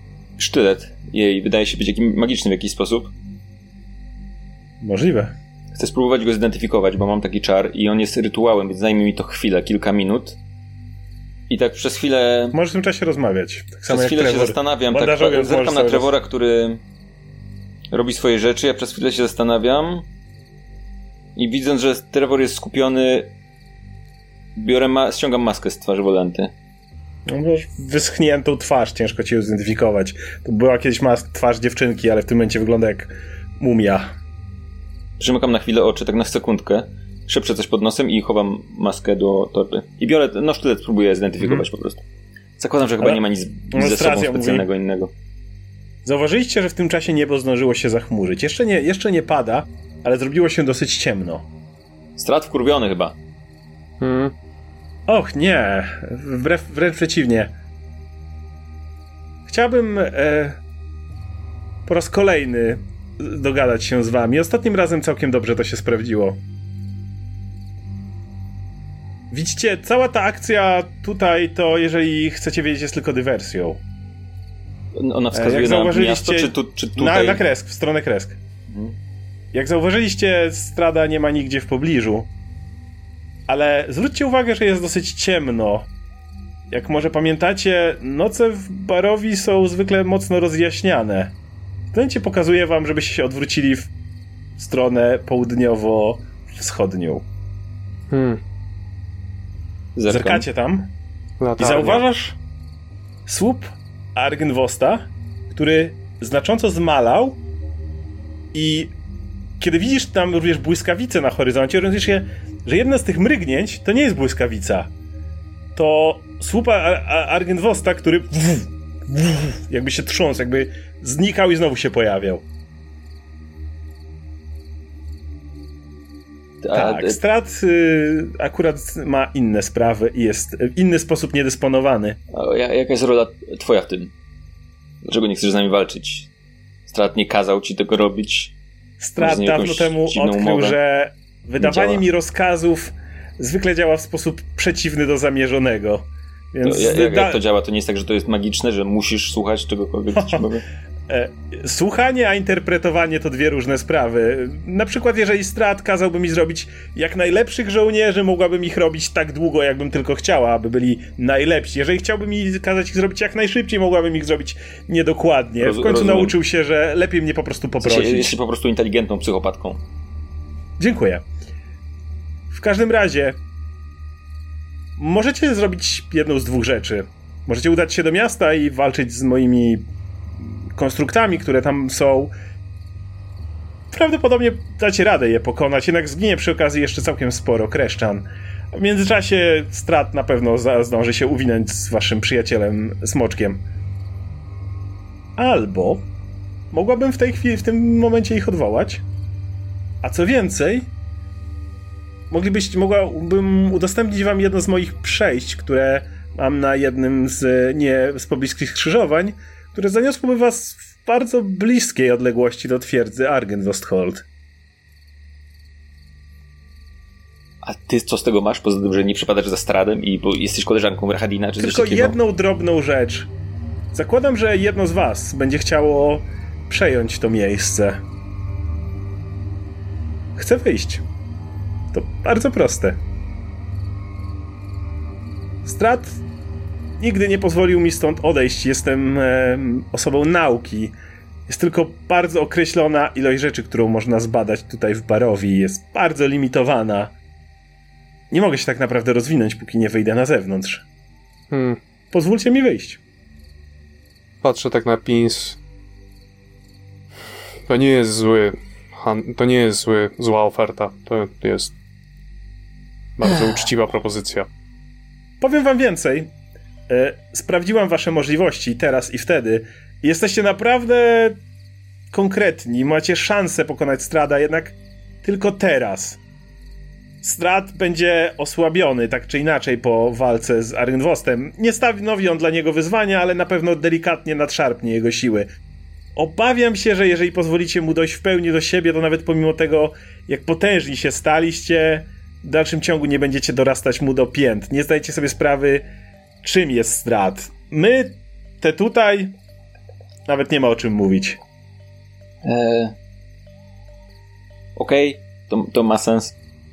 Sztylet jej wydaje się być magiczny w jakiś sposób. Możliwe. Chcę spróbować go zidentyfikować, bo mam taki czar i on jest rytuałem, więc zajmie mi to chwilę, kilka minut. I tak przez chwilę... Możesz w tym czasie rozmawiać. Tak samo przez chwilę Trevor. się zastanawiam, tak zerkam na Trevora, który robi swoje rzeczy, ja przez chwilę się zastanawiam i widząc, że Trevor jest skupiony, ściągam maskę z twarzy Volanty. No, masz wyschniętą twarz, ciężko ci ją zidentyfikować. To była kiedyś twarz dziewczynki, ale w tym momencie wygląda jak mumia. Przymykam na chwilę oczy, tak na sekundkę, szepczę coś pod nosem i chowam maskę do torby. I biorę sztylet, spróbuję zidentyfikować po prostu. Zakładam, że chyba nie ma nic ze sobą specjalnego innego. Zauważyliście, że w tym czasie niebo zdążyło się zachmurzyć. Jeszcze nie pada, ale zrobiło się dosyć ciemno. Strat wkurwiony chyba. Och, nie. Wręcz przeciwnie. Chciałbym po raz kolejny dogadać się z wami. Ostatnim razem całkiem dobrze to się sprawdziło. Widzicie, cała ta akcja tutaj to, jeżeli chcecie wiedzieć, jest tylko dywersją. Ona wskazuje na miasto, czy tutaj? Na Kresk, w stronę Kresk. Jak zauważyliście, Strada nie ma nigdzie w pobliżu. Ale zwróćcie uwagę, że jest dosyć ciemno. Jak może pamiętacie, noce w Barovii są zwykle mocno rozjaśniane. W tym momencie pokazuję wam, żebyście się odwrócili w stronę południowo-wschodnią. Zerkacie tam i zauważasz słup Argynvosta, który znacząco zmalał i kiedy widzisz tam również błyskawice na horyzoncie, orientujesz się, że jedno z tych mrygnięć to nie jest błyskawica. To słup Argynvosta, który jakby się trząsł, jakby znikał i znowu się pojawiał. Tak, Strat akurat ma inne sprawy i jest w inny sposób niedysponowany. A jaka jest rola twoja w tym? Dlaczego nie chcesz z nami walczyć? Strat nie kazał ci tego robić? Strat dawno temu odkrył, że wydawanie mi rozkazów zwykle działa w sposób przeciwny do zamierzonego. Więc jak to działa? To nie jest tak, że to jest magiczne, że musisz słuchać czegokolwiek, co ci mówię? Słuchanie, a interpretowanie to dwie różne sprawy. Na przykład, jeżeli Strat kazałby mi zrobić jak najlepszych żołnierzy, mogłabym ich robić tak długo, jakbym tylko chciała, aby byli najlepsi. Jeżeli chciałby mi kazać ich zrobić jak najszybciej, mogłabym ich zrobić niedokładnie. W końcu nauczył się, że lepiej mnie po prostu poprosić. Jesteś po prostu inteligentną psychopatką. Dziękuję. W każdym razie możecie zrobić jedną z dwóch rzeczy. Możecie udać się do miasta i walczyć z moimi konstruktami, które tam są. Prawdopodobnie dacie radę je pokonać, jednak zginie przy okazji jeszcze całkiem sporo kreszczan. W międzyczasie Strat na pewno zdąży się uwinąć z waszym przyjacielem Smoczkiem. Albo mogłabym w tej chwili, w tym momencie ich odwołać. A co więcej, mogłabym udostępnić wam jedno z moich przejść, które mam na jednym z pobliskich skrzyżowań, które zaniosłoby was w bardzo bliskiej odległości do twierdzy Argynvosthold. A ty co z tego masz, poza tym, że nie przepadasz za Stradem i bo jesteś koleżanką Rahadina, czy tylko coś takiego? jedną drobną rzecz. Zakładam, że jedno z was będzie chciało przejąć to miejsce. Chcę wyjść. To bardzo proste. Strat nigdy nie pozwolił mi stąd odejść. Jestem osobą nauki. Jest tylko bardzo określona ilość rzeczy, którą można zbadać tutaj w Barovii. Jest bardzo limitowana. Nie mogę się tak naprawdę rozwinąć, póki nie wyjdę na zewnątrz. Pozwólcie mi wyjść. Patrzę tak na Pins. To nie jest zła oferta. To jest bardzo uczciwa propozycja. Powiem wam więcej. Sprawdziłam wasze możliwości teraz i wtedy. Jesteście naprawdę konkretni. Macie szansę pokonać Strada, jednak tylko teraz. Strat będzie osłabiony, tak czy inaczej, po walce z Argynvostem. Nie stanowi on dla niego wyzwania, ale na pewno delikatnie nadszarpnie jego siły. Obawiam się, że jeżeli pozwolicie mu dojść w pełni do siebie, to nawet pomimo tego, jak potężni się staliście, w dalszym ciągu nie będziecie dorastać mu do pięt. Nie zdajecie sobie sprawy, czym jest Strat. My, te tutaj, nawet nie ma o czym mówić. Okej. To ma sens.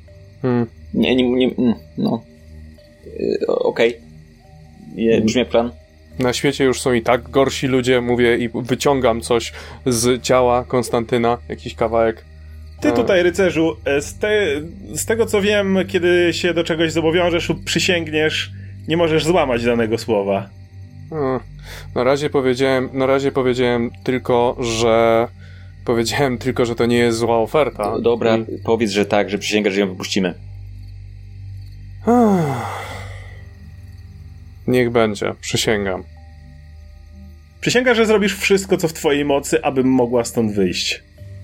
No. Okej. Brzmi jak plan. Na świecie już są i tak gorsi ludzie, mówię i wyciągam coś z ciała Konstantyna, jakiś kawałek. Ty tutaj, rycerzu, z tego co wiem, kiedy się do czegoś zobowiążesz lub przysięgniesz, nie możesz złamać danego słowa. Na razie powiedziałem tylko, że to nie jest zła oferta. Dobra, powiedz, że tak, że przysięgasz, że ją wypuścimy. Niech będzie, przysięgam. Przysięgasz, że zrobisz wszystko, co w twojej mocy, abym mogła stąd wyjść.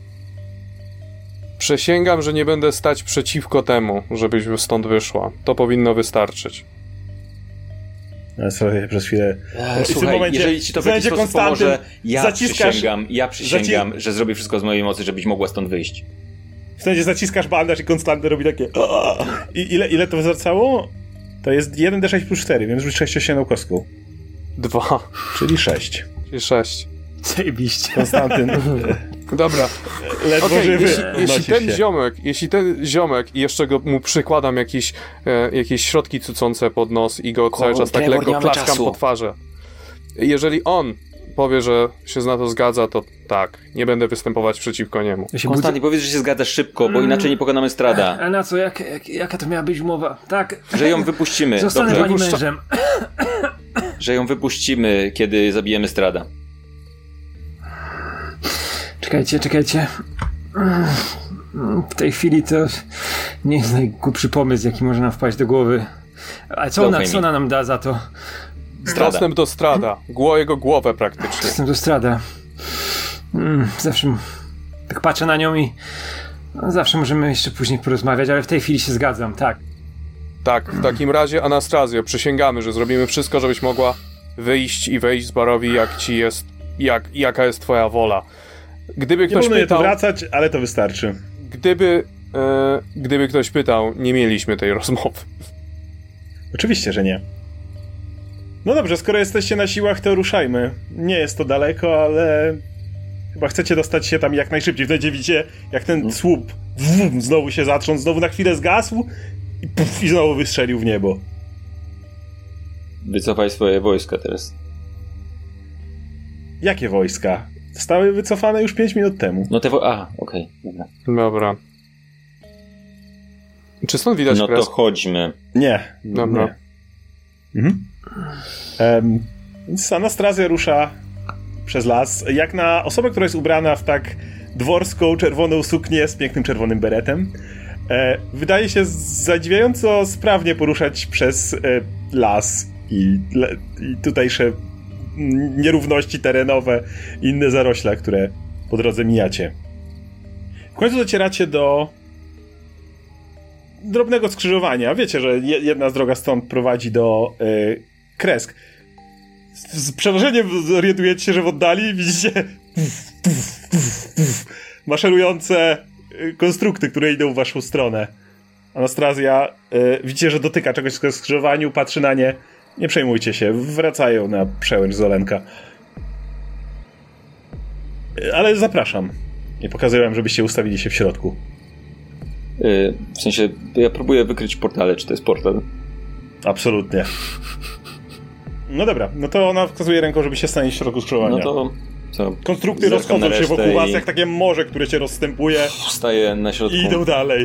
Przysięgam, że nie będę stać przeciwko temu, żebyś stąd wyszła. To powinno wystarczyć. Ale sobie przez chwilę... Słuchaj, jeżeli ci to w jakiś sposób pomoże, ja przysięgam, że zrobię wszystko z mojej mocy, żebyś mogła stąd wyjść. W sensie zaciskasz bandaż i Konstanty robi takie... I ile to wzracało? To jest 1d6 plus 4, więc rzuć 6 kostką. 2. Czyli 6. Czyli 6. Zajebiście. Konstantyn... Dobra. Ledwo żywy. Jeśli ten ziomek i jeszcze mu przykładam jakieś środki cucące pod nos i go cały czas tak lekko klaskam po twarzy. Jeżeli on powie, że się na to zgadza, to tak, nie będę występować przeciwko niemu. Konstantin, powiedz, że się zgadzasz szybko, bo inaczej nie pokonamy Strada. A na co? Jaka to miała być umowa? Tak. Że ją wypuścimy. Zostanę pani mężem. Że ją wypuścimy, kiedy zabijemy Strada. Czekajcie. W tej chwili to nie jest najgłupszy pomysł, jaki może nam wpaść do głowy. A co ona nam da za to? Dostęp do Strada. Jego głowę praktycznie. Dostęp do Strada. Zawsze tak patrzę na nią i zawsze możemy jeszcze później porozmawiać, ale w tej chwili się zgadzam, tak. Tak, w takim razie Anastazjo, przysięgamy, że zrobimy wszystko, żebyś mogła wyjść i wejść z Barowi, jak ci jest, jaka jest twoja wola. Gdyby ktoś pytał, tu wracać, ale to wystarczy. Gdyby ktoś pytał, nie mieliśmy tej rozmowy. Oczywiście, że nie. No dobrze, skoro jesteście na siłach, to ruszajmy. Nie jest to daleko, ale chyba chcecie dostać się tam jak najszybciej. Wtedy widzicie, jak ten słup znowu się zatrząsł, znowu na chwilę zgasł i znowu wystrzelił w niebo. Wycofaj swoje wojska teraz. Jakie wojska? Zostały wycofane już 5 minut temu. No okej. Dobra. Czy stąd widać No kres? to chodźmy. Nie. Dobra. Nie. Więc Anastazja rusza przez las, jak na osobę, która jest ubrana w tak dworską, czerwoną suknię z pięknym czerwonym beretem. Wydaje się zadziwiająco sprawnie poruszać przez las i tutejsze nierówności terenowe i inne zarośla, które po drodze mijacie. W końcu docieracie do drobnego skrzyżowania. Wiecie, że jedna z droga stąd prowadzi do Kresk. Z przerażeniem orientujecie się, że w oddali widzicie maszerujące konstrukty, które idą w waszą stronę. Anastazja widzicie, że dotyka czegoś w skrzyżowaniu, patrzy na nie. Nie przejmujcie się, wracają na przełęcz Zolenka. Ale zapraszam. Nie pokazałem, żebyście ustawili się w środku. W sensie, ja próbuję wykryć portale, czy to jest portal. Absolutnie. No dobra, no to ona wskazuje ręką, żeby się stanąć w środku skrzyżowania. No to co? Konstrukty rozchodzą się wokół was, jak takie morze, które cię rozstępuje. Wstaję na środku. I idą dalej.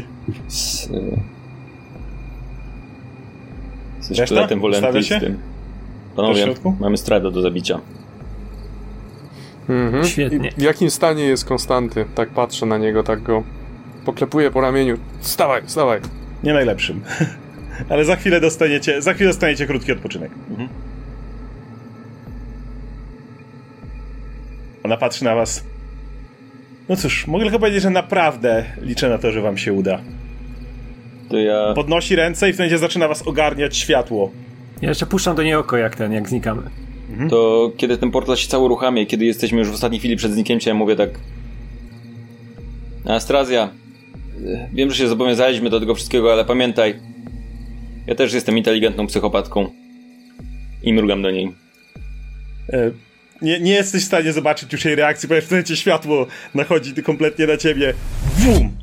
Ze sztyletem wolentystym. Panowie, mamy Strada do zabicia. Świetnie. W jakim stanie jest Konstanty? Tak patrzę na niego, tak go poklepuję po ramieniu. Wstawaj! Nie najlepszym. Ale za chwilę dostaniecie krótki odpoczynek. Ona patrzy na was. No cóż, mogę tylko powiedzieć, że naprawdę liczę na to, że wam się uda. To ja... Podnosi ręce i w momencie zaczyna was ogarniać światło. Ja jeszcze puszczam do niej oko, jak znikamy. To kiedy ten portal się cały uruchamia, kiedy jesteśmy już w ostatniej chwili przed zniknięciem, ja mówię tak... Anastazja, wiem, że się zobowiązaliśmy do tego wszystkiego, ale pamiętaj, ja też jestem inteligentną psychopatką. I mrugam do niej. Nie jesteś w stanie zobaczyć już jej reakcji, ponieważ w momencie światło nachodzi kompletnie na ciebie. Bum!